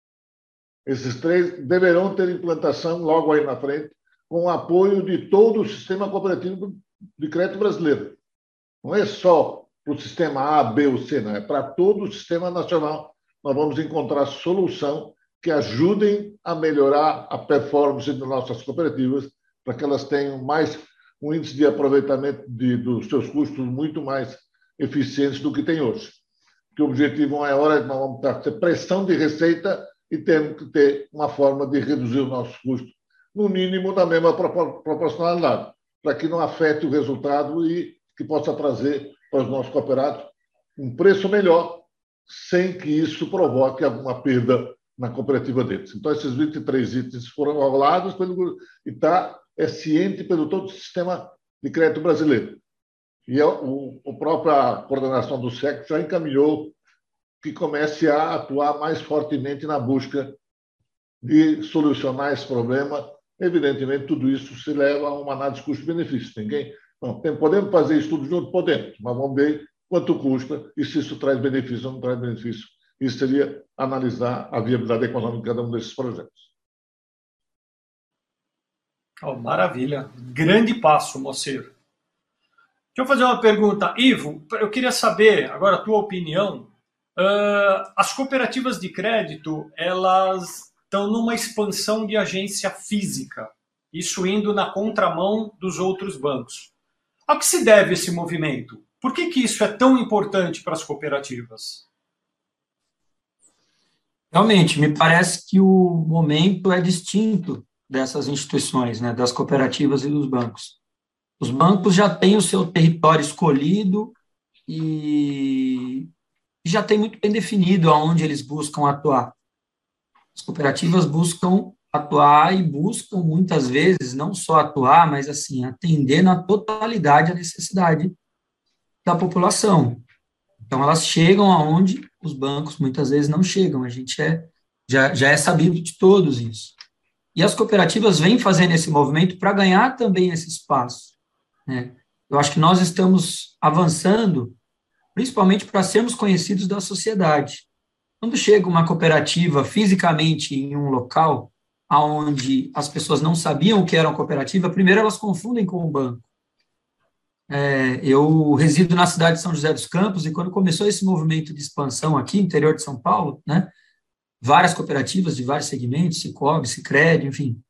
Esses três deverão ter implantação logo aí na frente, com o apoio de todo o sistema cooperativo de crédito brasileiro. Não é só para o sistema A, B ou C, não. É para todo o sistema nacional. Nós vamos encontrar solução que ajudem a melhorar a performance das nossas cooperativas, para que elas tenham mais um índice de aproveitamento de, dos seus custos muito mais eficientes do que tem hoje. Porque o objetivo maior é que nós vamos ter pressão de receita e temos que ter uma forma de reduzir os nossos custos, no mínimo da mesma proporcionalidade, para que não afete o resultado e que possa trazer para os nossos cooperados um preço melhor, sem que isso provoque alguma perda na cooperativa deles. Então, esses vinte e três itens foram rolados pelo e está é ciente pelo todo o sistema de crédito brasileiro. E a, o, a própria coordenação do SECO já encaminhou que comece a atuar mais fortemente na busca de solucionar esse problema. Evidentemente, tudo isso se leva a uma análise de custo-benefício. Ninguém, não, tem, podemos fazer isso tudo junto? Podemos, mas vamos ver quanto custa e se isso traz benefício ou não traz benefício. Isso seria analisar a viabilidade econômica de cada um desses projetos. Oh, maravilha. Grande passo, Moacir. Deixa eu fazer uma pergunta. Ivo, eu queria saber, agora, a tua opinião. Uh, as cooperativas de crédito, elas estão numa expansão de agência física, isso indo na contramão dos outros bancos. A que se deve esse movimento? Por que que isso é tão importante para as cooperativas? Realmente, me parece que o momento é distinto dessas instituições, né, das cooperativas e dos bancos. Os bancos já têm o seu território escolhido e já tem muito bem definido aonde eles buscam atuar. As cooperativas buscam atuar e buscam, muitas vezes, não só atuar, mas, assim, atender na totalidade a necessidade da população. Então, elas chegam aonde os bancos, muitas vezes, não chegam. A gente é, já, já é sabido de todos isso. E as cooperativas vêm fazendo esse movimento para ganhar também esse espaço, né? Eu acho que nós estamos avançando, principalmente para sermos conhecidos da sociedade. Quando chega uma cooperativa fisicamente em um local onde as pessoas não sabiam o que era uma cooperativa, primeiro elas confundem com o banco. É, eu resido na cidade de São José dos Campos, e quando começou esse movimento de expansão aqui, interior de São Paulo, né, várias cooperativas de vários segmentos, Sicoob, Sicredi, enfim,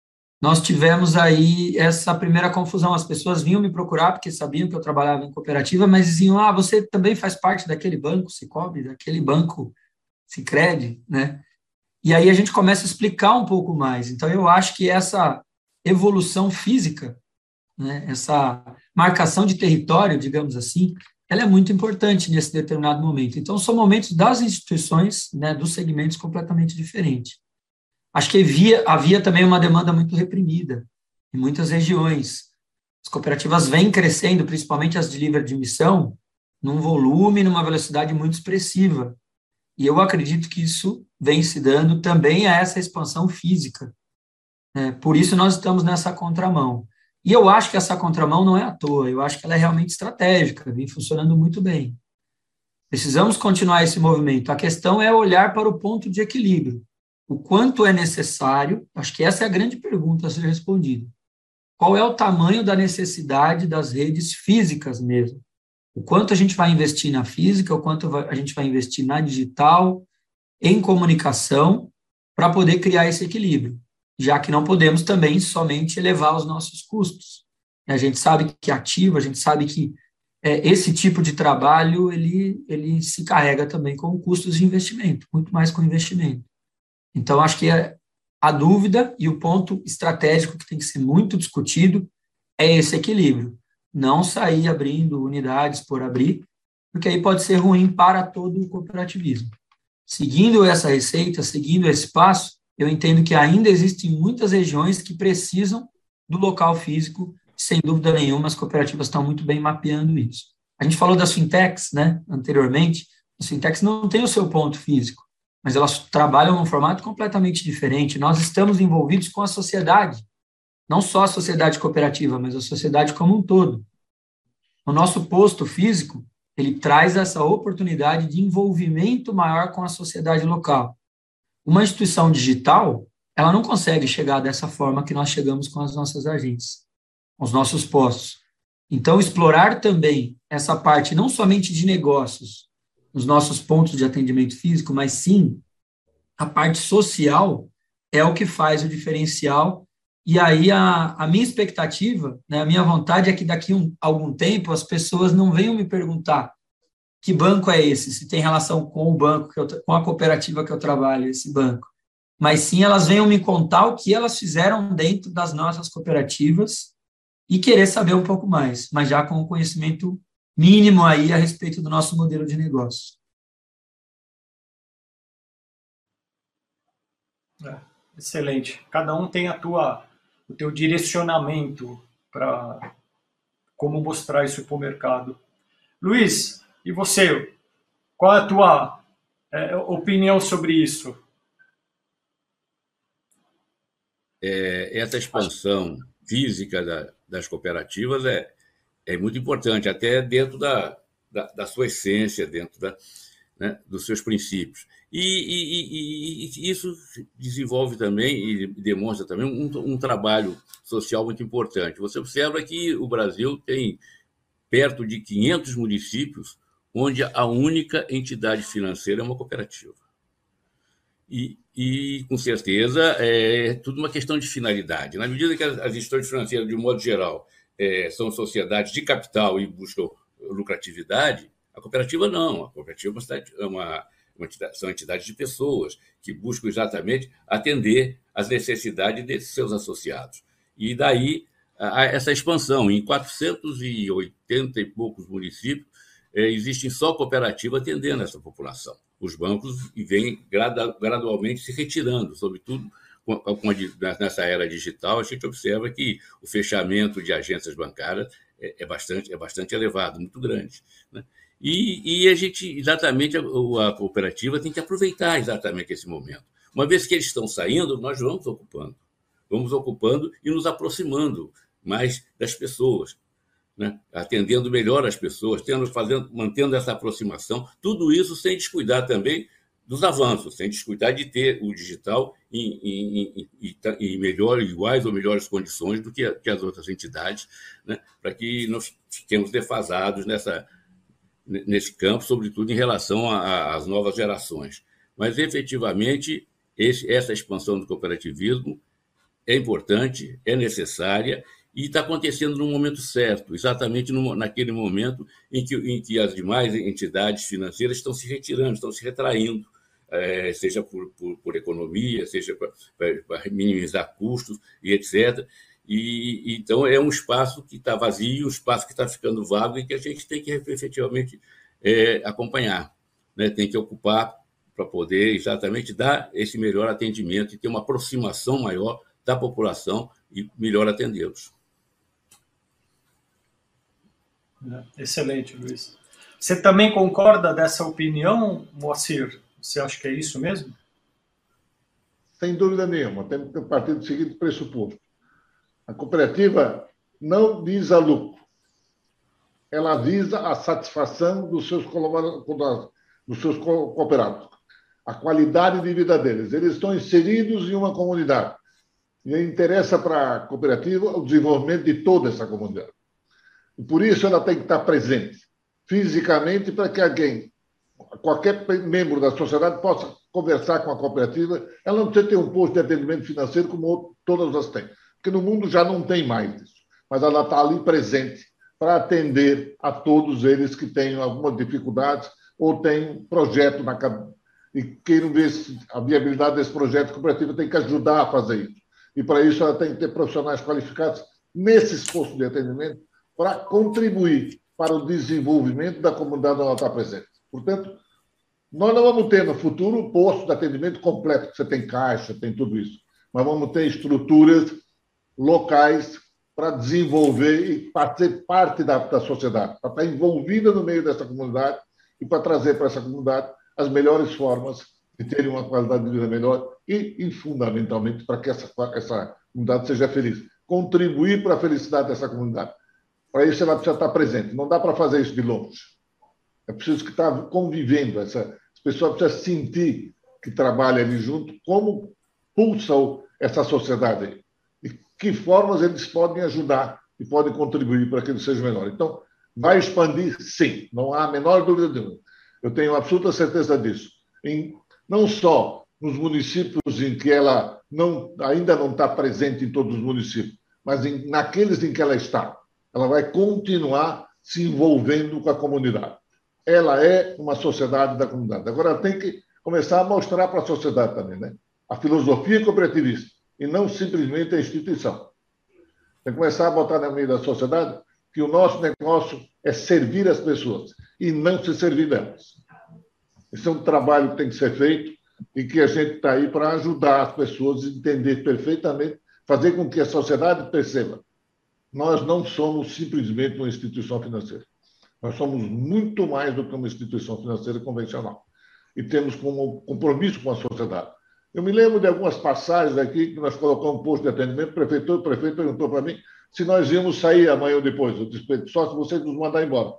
nós tivemos aí essa primeira confusão. As pessoas vinham me procurar porque sabiam que eu trabalhava em cooperativa, mas diziam, ah, você também faz parte daquele banco Sicoob, daquele banco Sicredi, né? E aí a gente começa a explicar um pouco mais. Então, eu acho que essa evolução física, né, essa marcação de território, digamos assim, ela é muito importante nesse determinado momento. Então, são momentos das instituições, né, dos segmentos completamente diferentes. Acho que havia, havia também uma demanda muito reprimida em muitas regiões. As cooperativas vêm crescendo, principalmente as de livre admissão, num volume, numa velocidade muito expressiva. E eu acredito que isso vem se dando também a essa expansão física. É, por isso nós estamos nessa contramão. E eu acho que essa contramão não é à toa, eu acho que ela é realmente estratégica, vem funcionando muito bem. Precisamos continuar esse movimento. A questão é olhar para o ponto de equilíbrio. O quanto é necessário, acho que essa é a grande pergunta a ser respondida. Qual é o tamanho da necessidade das redes físicas mesmo? O quanto a gente vai investir na física, o quanto a gente vai investir na digital, em comunicação, para poder criar esse equilíbrio, já que não podemos também somente elevar os nossos custos. A gente sabe que ativo, a gente sabe que é, esse tipo de trabalho, ele, ele se carrega também com custos de investimento, muito mais com investimento. Então, acho que a dúvida e o ponto estratégico que tem que ser muito discutido é esse equilíbrio. Não sair abrindo unidades por abrir, porque aí pode ser ruim para todo o cooperativismo. Seguindo essa receita, seguindo esse passo, eu entendo que ainda existem muitas regiões que precisam do local físico, sem dúvida nenhuma, as cooperativas estão muito bem mapeando isso. A gente falou das fintechs, né, anteriormente, as fintechs não têm o seu ponto físico, mas elas trabalham num formato completamente diferente. Nós estamos envolvidos com a sociedade, não só a sociedade cooperativa, mas a sociedade como um todo. O nosso posto físico, ele traz essa oportunidade de envolvimento maior com a sociedade local. Uma instituição digital, ela não consegue chegar dessa forma que nós chegamos com as nossas agências, com os nossos postos. Então, explorar também essa parte, não somente de negócios, nos nossos pontos de atendimento físico, mas sim a parte social é o que faz o diferencial. E aí a, a minha expectativa, né, a minha vontade é que daqui a um, algum tempo as pessoas não venham me perguntar que banco é esse, se tem relação com o banco, que eu, com a cooperativa que eu trabalho, esse banco. Mas sim elas venham me contar o que elas fizeram dentro das nossas cooperativas e querer saber um pouco mais, mas já com um conhecimento mínimo aí a respeito do nosso modelo de negócio. É, excelente. Cada um tem a tua, o teu direcionamento para como mostrar isso para o mercado. Luiz, e você? Qual é a tua é, opinião sobre isso? É, essa expansão física da, das cooperativas é, é muito importante, até dentro da, da, da sua essência, dentro da, né, dos seus princípios. E, e, e, e isso desenvolve também e demonstra também um, um trabalho social muito importante. Você observa que o Brasil tem perto de quinhentos municípios onde a única entidade financeira é uma cooperativa. E, e com certeza, é tudo uma questão de finalidade. Na medida que as, as instituições financeiras, de um modo geral, é, são sociedades de capital e buscam lucratividade, a cooperativa não. A cooperativa é uma, uma entidade, são entidades de pessoas que buscam exatamente atender às necessidades desses seus associados. E daí a, a essa expansão. Em quatrocentos e oitenta e poucos municípios, é, existem só cooperativas atendendo essa população. Os bancos vêm gradu, gradualmente se retirando, sobretudo com, com a, nessa era digital. A gente observa que o fechamento de agências bancárias é, é, bastante, é bastante elevado, muito grande, né? E, e a gente, exatamente, a, a cooperativa tem que aproveitar exatamente esse momento. Uma vez que eles estão saindo, nós vamos ocupando. Vamos ocupando e nos aproximando mais das pessoas, né? Atendendo melhor as pessoas, tendo, fazendo, mantendo essa aproximação. Tudo isso sem descuidar também dos avanços, sem descuidar de ter o digital em, em, em, em melhores, iguais ou melhores condições do que, que as outras entidades, né? Para que não fiquemos defasados nessa, nesse campo, sobretudo em relação às novas gerações. Mas, efetivamente, esse, essa expansão do cooperativismo é importante, é necessária e está acontecendo no momento certo, exatamente no, naquele momento em que, em que as demais entidades financeiras estão se retirando, estão se retraindo, é, seja por, por, por economia, seja para minimizar custos e etcétera. E, então, é um espaço que está vazio, um espaço que está ficando vago e que a gente tem que efetivamente é, acompanhar, né? Tem que ocupar para poder exatamente dar esse melhor atendimento e ter uma aproximação maior da população e melhor atendê-los. Excelente, Luiz. Você também concorda dessa opinião, Moacir? Você acha que é isso mesmo? Sem dúvida nenhuma. Temos que partir do seguinte pressuposto. A cooperativa não visa lucro. Ela visa a satisfação dos seus, dos seus cooperados, a qualidade de vida deles. Eles estão inseridos em uma comunidade. E interessa para a cooperativa o desenvolvimento de toda essa comunidade. E por isso ela tem que estar presente fisicamente para que alguém, qualquer membro da sociedade possa conversar com a cooperativa. Ela não precisa ter um posto de atendimento financeiro como todas as têm, porque no mundo já não tem mais isso. Mas ela está ali presente para atender a todos eles que têm alguma dificuldade ou têm um projeto na cabeça e queiram ver a viabilidade desse projeto. A cooperativa tem que ajudar a fazer isso. E, para isso, ela tem que ter profissionais qualificados nesses postos de atendimento para contribuir para o desenvolvimento da comunidade onde ela está presente. Portanto, nós não vamos ter no futuro um posto de atendimento completo, que você tem caixa, tem tudo isso. Mas vamos ter estruturas locais para desenvolver e fazer parte da, da sociedade, para estar envolvida no meio dessa comunidade e para trazer para essa comunidade as melhores formas de terem uma qualidade de vida melhor e, e fundamentalmente, para que essa, essa comunidade seja feliz. Contribuir para a felicidade dessa comunidade. Para isso, ela precisa estar presente. Não dá para fazer isso de longe. É preciso que estar convivendo. Essa, as pessoas precisam sentir que trabalham ali junto, como pulsa essa sociedade aí. E que formas eles podem ajudar e podem contribuir para que ele seja melhor. Então, vai expandir, sim. Não há a menor dúvida nenhuma. Eu tenho absoluta certeza disso. Em, não só nos municípios em que ela não, ainda não está presente em todos os municípios, mas em, naqueles em que ela está. Ela vai continuar se envolvendo com a comunidade. Ela é uma sociedade da comunidade. Agora, ela tem que começar a mostrar para a sociedade também, né? A filosofia cooperativista, e não simplesmente a instituição. Tem que começar a botar no meio da sociedade que o nosso negócio é servir as pessoas e não se servir delas. Esse é um trabalho que tem que ser feito e que a gente está aí para ajudar as pessoas a entender perfeitamente, fazer com que a sociedade perceba. Nós não somos simplesmente uma instituição financeira. Nós somos muito mais do que uma instituição financeira convencional. E temos como compromisso com a sociedade. Eu me lembro de algumas passagens aqui que nós colocamos um posto de atendimento. O prefeito, o prefeito perguntou para mim se nós íamos sair amanhã ou depois. Eu disse, só se vocês nos mandarem embora.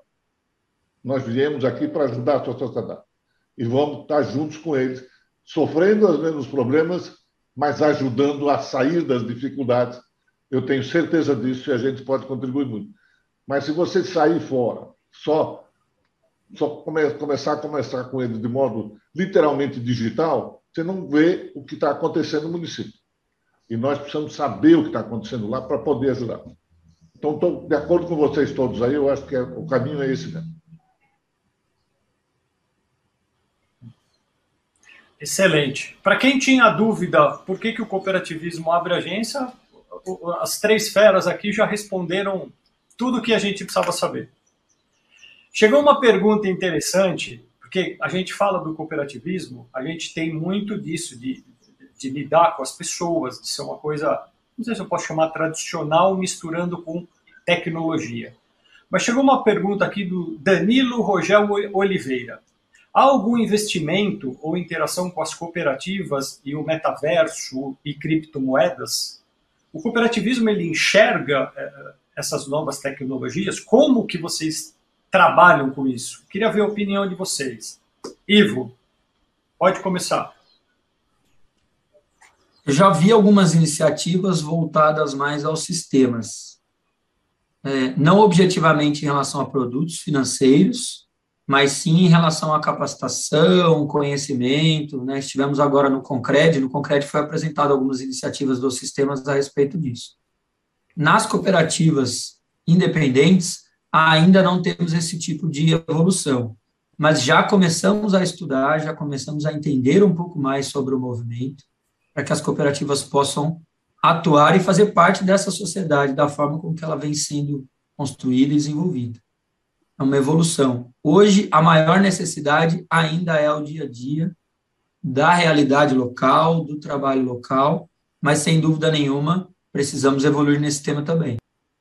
Nós viemos aqui para ajudar a sua sociedade. E vamos estar juntos com eles, sofrendo os mesmos problemas, mas ajudando a sair das dificuldades. Eu tenho certeza disso e a gente pode contribuir muito. Mas se você sair fora, só, só come, começar a conversar com eles de modo literalmente digital, você não vê o que está acontecendo no município. E nós precisamos saber o que está acontecendo lá para poder ajudar. Então, estou de acordo com vocês todos aí, eu acho que é, o caminho é esse mesmo. Excelente. Para quem tinha dúvida por que, que o cooperativismo abre agência, as três feras aqui já responderam tudo o que a gente precisava saber. Chegou uma pergunta interessante, porque a gente fala do cooperativismo, a gente tem muito disso, de, de lidar com as pessoas, de ser uma coisa, não sei se eu posso chamar tradicional, misturando com tecnologia. Mas chegou uma pergunta aqui do Danilo Rogel Oliveira. Há algum investimento ou interação com as cooperativas e o metaverso e criptomoedas? O cooperativismo, ele enxerga eh, essas novas tecnologias? Como que vocês trabalham com isso? Queria ver a opinião de vocês. Ivo, pode começar. Eu já vi algumas iniciativas voltadas mais aos sistemas. É, não objetivamente em relação a produtos financeiros, mas sim em relação à capacitação, conhecimento, né? Estivemos agora no Concred, no Concred foi apresentado algumas iniciativas dos sistemas a respeito disso. Nas cooperativas independentes, ainda não temos esse tipo de evolução, mas já começamos a estudar, já começamos a entender um pouco mais sobre o movimento, para que as cooperativas possam atuar e fazer parte dessa sociedade, da forma como que ela vem sendo construída e desenvolvida. É uma evolução. Hoje, a maior necessidade ainda é o dia a dia da realidade local, do trabalho local, mas, sem dúvida nenhuma, precisamos evoluir nesse tema também.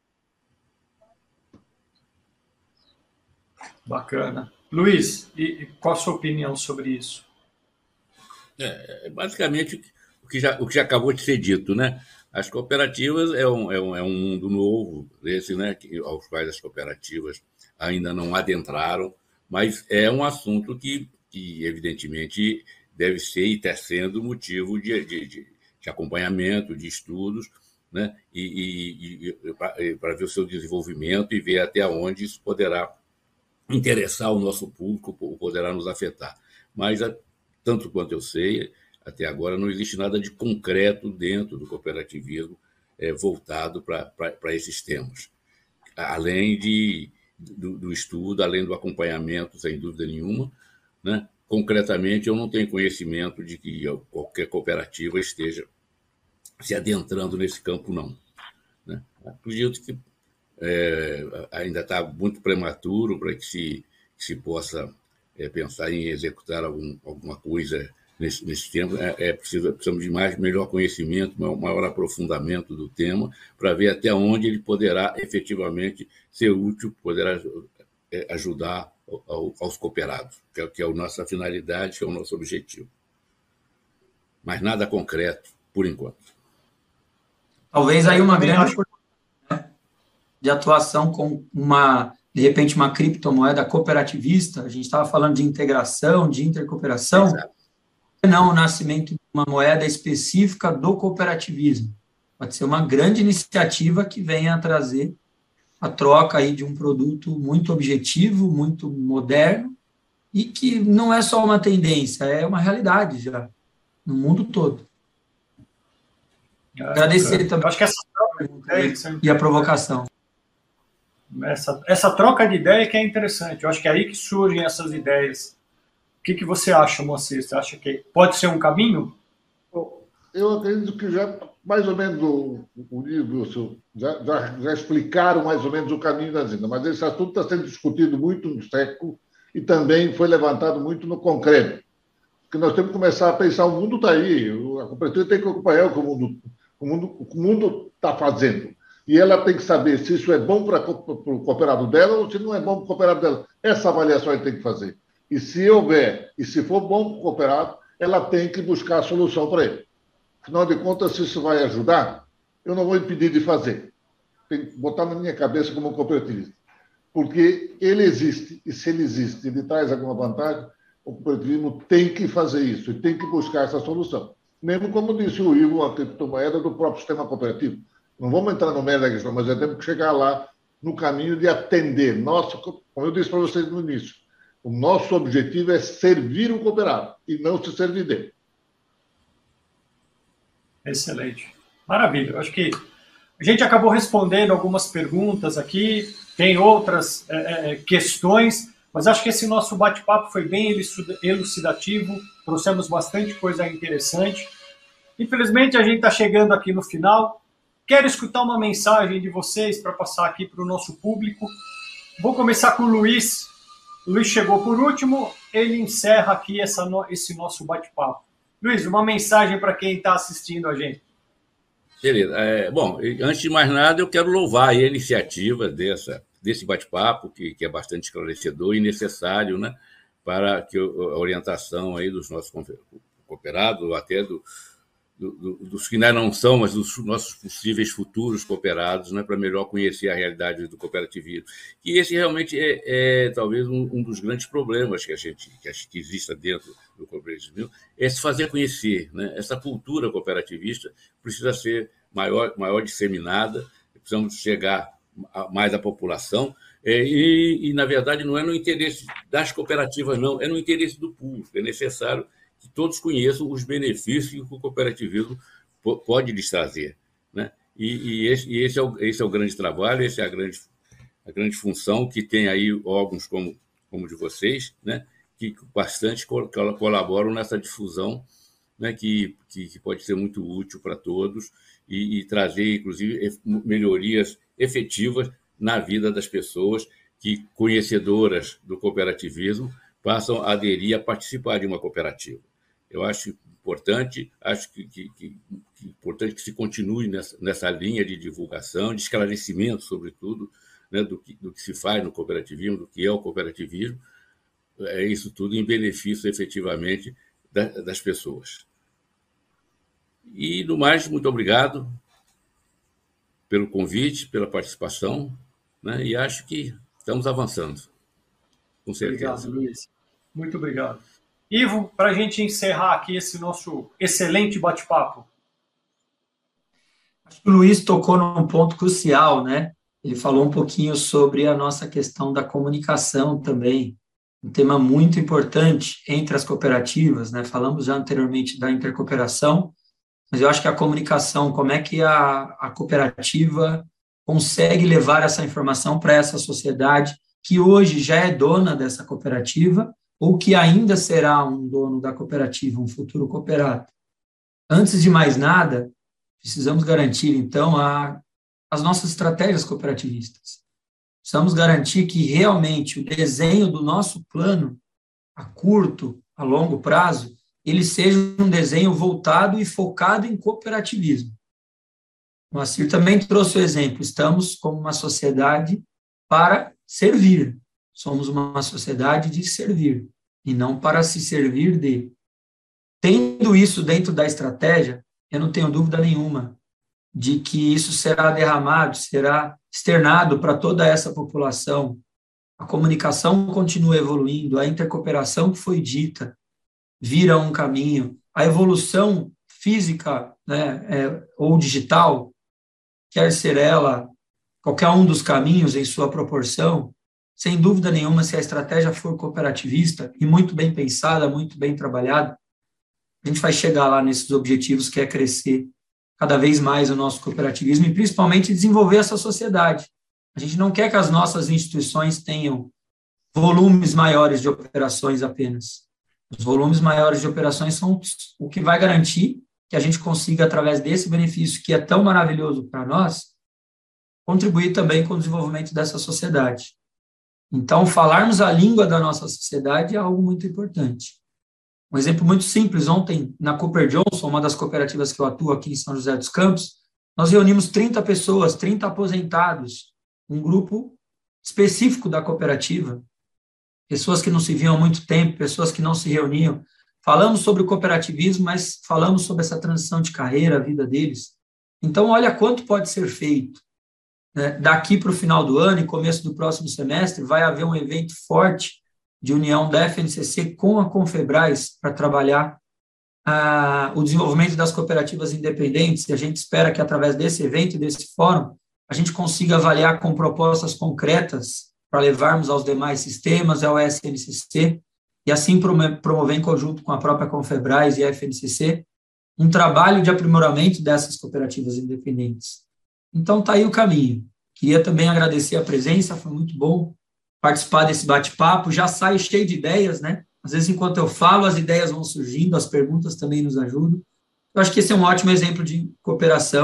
Bacana. Luiz, e qual a sua opinião sobre isso? É, basicamente, o que, já, o que já acabou de ser dito, né? As cooperativas é um, é um, é um mundo novo, esse, né, aos quais as cooperativas ainda não adentraram, mas é um assunto que, que evidentemente, deve ser e está sendo motivo de, de, de, de acompanhamento, de estudos, né, e, e, e para ver o seu desenvolvimento e ver até onde isso poderá interessar o nosso público, poderá nos afetar. Mas, tanto quanto eu sei, até agora não existe nada de concreto dentro do cooperativismo é, voltado para esses temas. Além de, do, do estudo, além do acompanhamento, sem dúvida nenhuma, né? Concretamente, eu não tenho conhecimento de que qualquer cooperativa esteja se adentrando nesse campo, não. Né? Acredito que é, ainda está muito prematuro para que se, que se possa é, pensar em executar algum, alguma coisa nesse, nesse tempo. É, é preciso, precisamos de mais, melhor conhecimento, maior aprofundamento do tema, para ver até onde ele poderá efetivamente ser útil, poderá é, ajudar ao, aos cooperados, que é, que é a nossa finalidade, que é o nosso objetivo. Mas nada concreto, por enquanto. Talvez aí uma grande de atuação com uma, de repente, uma criptomoeda cooperativista, a gente estava falando de integração, de intercooperação, exato. Não o nascimento de uma moeda específica do cooperativismo. Pode ser uma grande iniciativa que venha a trazer a troca aí de um produto muito objetivo, muito moderno, e que não é só uma tendência, é uma realidade já, no mundo todo. É, Agradecer é, também acho que essa troca de ideias e a provocação. Essa, essa troca de ideia que é interessante. Eu acho que é aí que surgem essas ideias. O que, que você acha, Moacir? Você acha que pode ser um caminho? Eu acredito que já, mais ou menos, o, o livro já, já, já explicaram mais ou menos o caminho da Zina, mas esse assunto está sendo discutido muito no século e também foi levantado muito no concreto. Porque nós temos que começar a pensar, o mundo está aí, a cooperativa tem que acompanhar o que o mundo o mundo o mundo está fazendo. E ela tem que saber se isso é bom para o cooperado dela ou se não é bom para o cooperado dela. Essa avaliação ela tem que fazer. E se houver, e se for bom para o cooperado, ela tem que buscar a solução para ele. Afinal de contas, se isso vai ajudar, eu não vou impedir de fazer. Tem que botar na minha cabeça como cooperativista. Porque ele existe, e se ele existe, ele traz alguma vantagem, o cooperativismo tem que fazer isso, e tem que buscar essa solução. Mesmo como disse o Ivo, a criptomoeda do próprio sistema cooperativo. Não vamos entrar no mérito da questão, mas já temos que chegar lá no caminho de atender. Nosso, como eu disse para vocês no início, o nosso objetivo é servir o cooperado e não se servir dele. Excelente. Maravilha. Eu acho que a gente acabou respondendo algumas perguntas aqui, tem outras é, questões, mas acho que esse nosso bate-papo foi bem elucidativo, trouxemos bastante coisa interessante. Infelizmente, a gente está chegando aqui no final. quero escutar uma mensagem de vocês para passar aqui para o nosso público. Vou começar com o Luiz. O Luiz chegou por último, ele encerra aqui essa, esse nosso bate-papo. Luiz, uma mensagem para quem está assistindo a gente. Beleza. É, bom, antes de mais nada, eu quero louvar a iniciativa dessa, desse bate-papo, que, que é bastante esclarecedor e necessário, né, para que a orientação aí dos nossos cooperados, ou até do, do, dos que ainda não são, mas dos nossos possíveis futuros cooperados, né, para melhor conhecer a realidade do cooperativismo. E esse realmente é, é talvez um, um dos grandes problemas que a gente que, a, que exista dentro do cooperativismo, é se fazer conhecer, né? Essa cultura cooperativista precisa ser maior, maior disseminada, precisamos chegar a mais à população, é, e, e, na verdade, não é no interesse das cooperativas, não, é no interesse do público. É necessário que todos conheçam os benefícios que o cooperativismo pode lhes trazer, né? E, e, esse, e esse, é o, esse é o grande trabalho, essa é a grande, a grande função que tem aí órgãos como, como o de vocês, né, que bastante colaboram nessa difusão, né, que, que, que pode ser muito útil para todos e, e trazer, inclusive, melhorias efetivas na vida das pessoas que, conhecedoras do cooperativismo, passam a aderir a participar de uma cooperativa. Eu acho importante, acho que, que, que, que importante que se continue nessa, nessa linha de divulgação, de esclarecimento, sobretudo, né, do, que, do que se faz no cooperativismo, do que é o cooperativismo, é isso tudo em benefício, efetivamente, da, das pessoas. E, no mais, muito obrigado pelo convite, pela participação, né, e acho que estamos avançando, com certeza. Obrigado, Luiz. Muito obrigado. Ivo, para a gente encerrar aqui esse nosso excelente bate-papo. Acho que o Luiz tocou num ponto crucial, né? Ele falou um pouquinho sobre a nossa questão da comunicação também, um tema muito importante entre as cooperativas, né? Falamos já anteriormente da intercooperação, mas eu acho que a comunicação, como é que a, a cooperativa consegue levar essa informação para essa sociedade que hoje já é dona dessa cooperativa ou que ainda será um dono da cooperativa, um futuro cooperado. Antes de mais nada, precisamos garantir, então, a, as nossas estratégias cooperativistas. Precisamos garantir que realmente o desenho do nosso plano, a curto, a longo prazo, ele seja um desenho voltado e focado em cooperativismo. O Moacir também trouxe o exemplo, estamos como uma sociedade para servir. Somos uma sociedade de servir, e não para se servir de. Tendo isso dentro da estratégia, eu não tenho dúvida nenhuma de que isso será derramado, será externado para toda essa população. A comunicação continua evoluindo, a intercooperação que foi dita vira um caminho, a evolução física, né, é, ou digital, quer ser ela qualquer um dos caminhos em sua proporção, sem dúvida nenhuma, se a estratégia for cooperativista e muito bem pensada, muito bem trabalhada, a gente vai chegar lá nesses objetivos, que é crescer cada vez mais o nosso cooperativismo e principalmente desenvolver essa sociedade. A gente não quer que as nossas instituições tenham volumes maiores de operações apenas. Os volumes maiores de operações são o que vai garantir que a gente consiga, através desse benefício que é tão maravilhoso para nós, contribuir também com o desenvolvimento dessa sociedade. Então, falarmos a língua da nossa sociedade é algo muito importante. Um exemplo muito simples, ontem, na Cooper Johnson, uma das cooperativas que eu atuo aqui em São José dos Campos, nós reunimos trinta pessoas, trinta aposentados, um grupo específico da cooperativa, pessoas que não se viam há muito tempo, pessoas que não se reuniam. Falamos sobre o cooperativismo, mas falamos sobre essa transição de carreira, a vida deles. Então, olha quanto pode ser feito. Né? Daqui para o final do ano e começo do próximo semestre, vai haver um evento forte de união da F N C C com a Confebras para trabalhar ah, o desenvolvimento das cooperativas independentes, e a gente espera que, através desse evento e desse fórum, a gente consiga avaliar com propostas concretas para levarmos aos demais sistemas, ao S N C C, e assim promover em conjunto com a própria Confebras e a F N C C um trabalho de aprimoramento dessas cooperativas independentes. Então, está aí o caminho. Queria também agradecer a presença, foi muito bom participar desse bate-papo, já saio cheio de ideias, né? Às vezes, enquanto eu falo, as ideias vão surgindo, as perguntas também nos ajudam. Eu acho que esse é um ótimo exemplo de cooperação,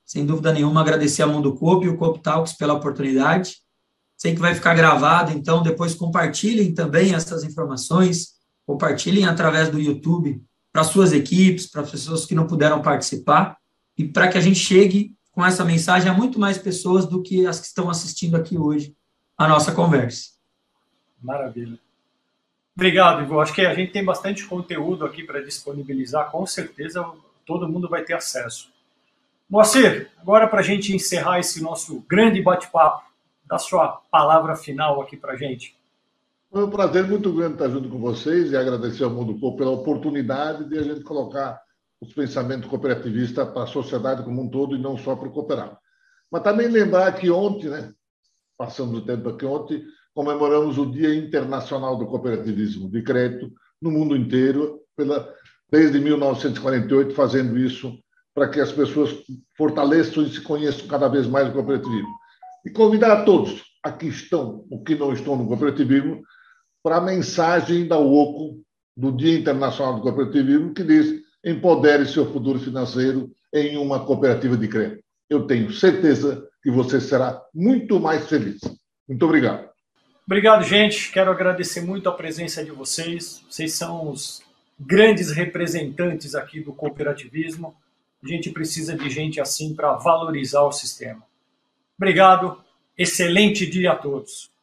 sem dúvida nenhuma, agradecer a Mundo Coop e o Coop Talks pela oportunidade. Sei que vai ficar gravado, então depois compartilhem também essas informações, compartilhem através do YouTube para suas equipes, para as pessoas que não puderam participar, e para que a gente chegue com essa mensagem a muito mais pessoas do que as que estão assistindo aqui hoje a nossa conversa. Maravilha. Obrigado, Ivo. Acho que a gente tem bastante conteúdo aqui para disponibilizar, com certeza todo mundo vai ter acesso. Moacir, agora para a gente encerrar esse nosso grande bate-papo, dá sua palavra final aqui para a gente. Foi um prazer muito grande estar junto com vocês e agradecer ao Mundo Coop pela oportunidade de a gente colocar os pensamentos cooperativistas para a sociedade como um todo e não só para o cooperado. Mas também lembrar que ontem, né, passamos o tempo aqui ontem, comemoramos o Dia Internacional do Cooperativismo de Crédito no mundo inteiro, pela, desde mil novecentos e quarenta e oito, fazendo isso para que as pessoas fortaleçam e se conheçam cada vez mais o cooperativismo. E convidar a todos, aqui estão, ou que não estão no cooperativismo, para a mensagem da U O C O, do Dia Internacional do Cooperativismo, que diz: empodere seu futuro financeiro em uma cooperativa de crédito. Eu tenho certeza que você será muito mais feliz. Muito obrigado. Obrigado, gente. Quero agradecer muito a presença de vocês. Vocês são os grandes representantes aqui do cooperativismo. A gente precisa de gente assim para valorizar o sistema. Obrigado. Excelente dia a todos.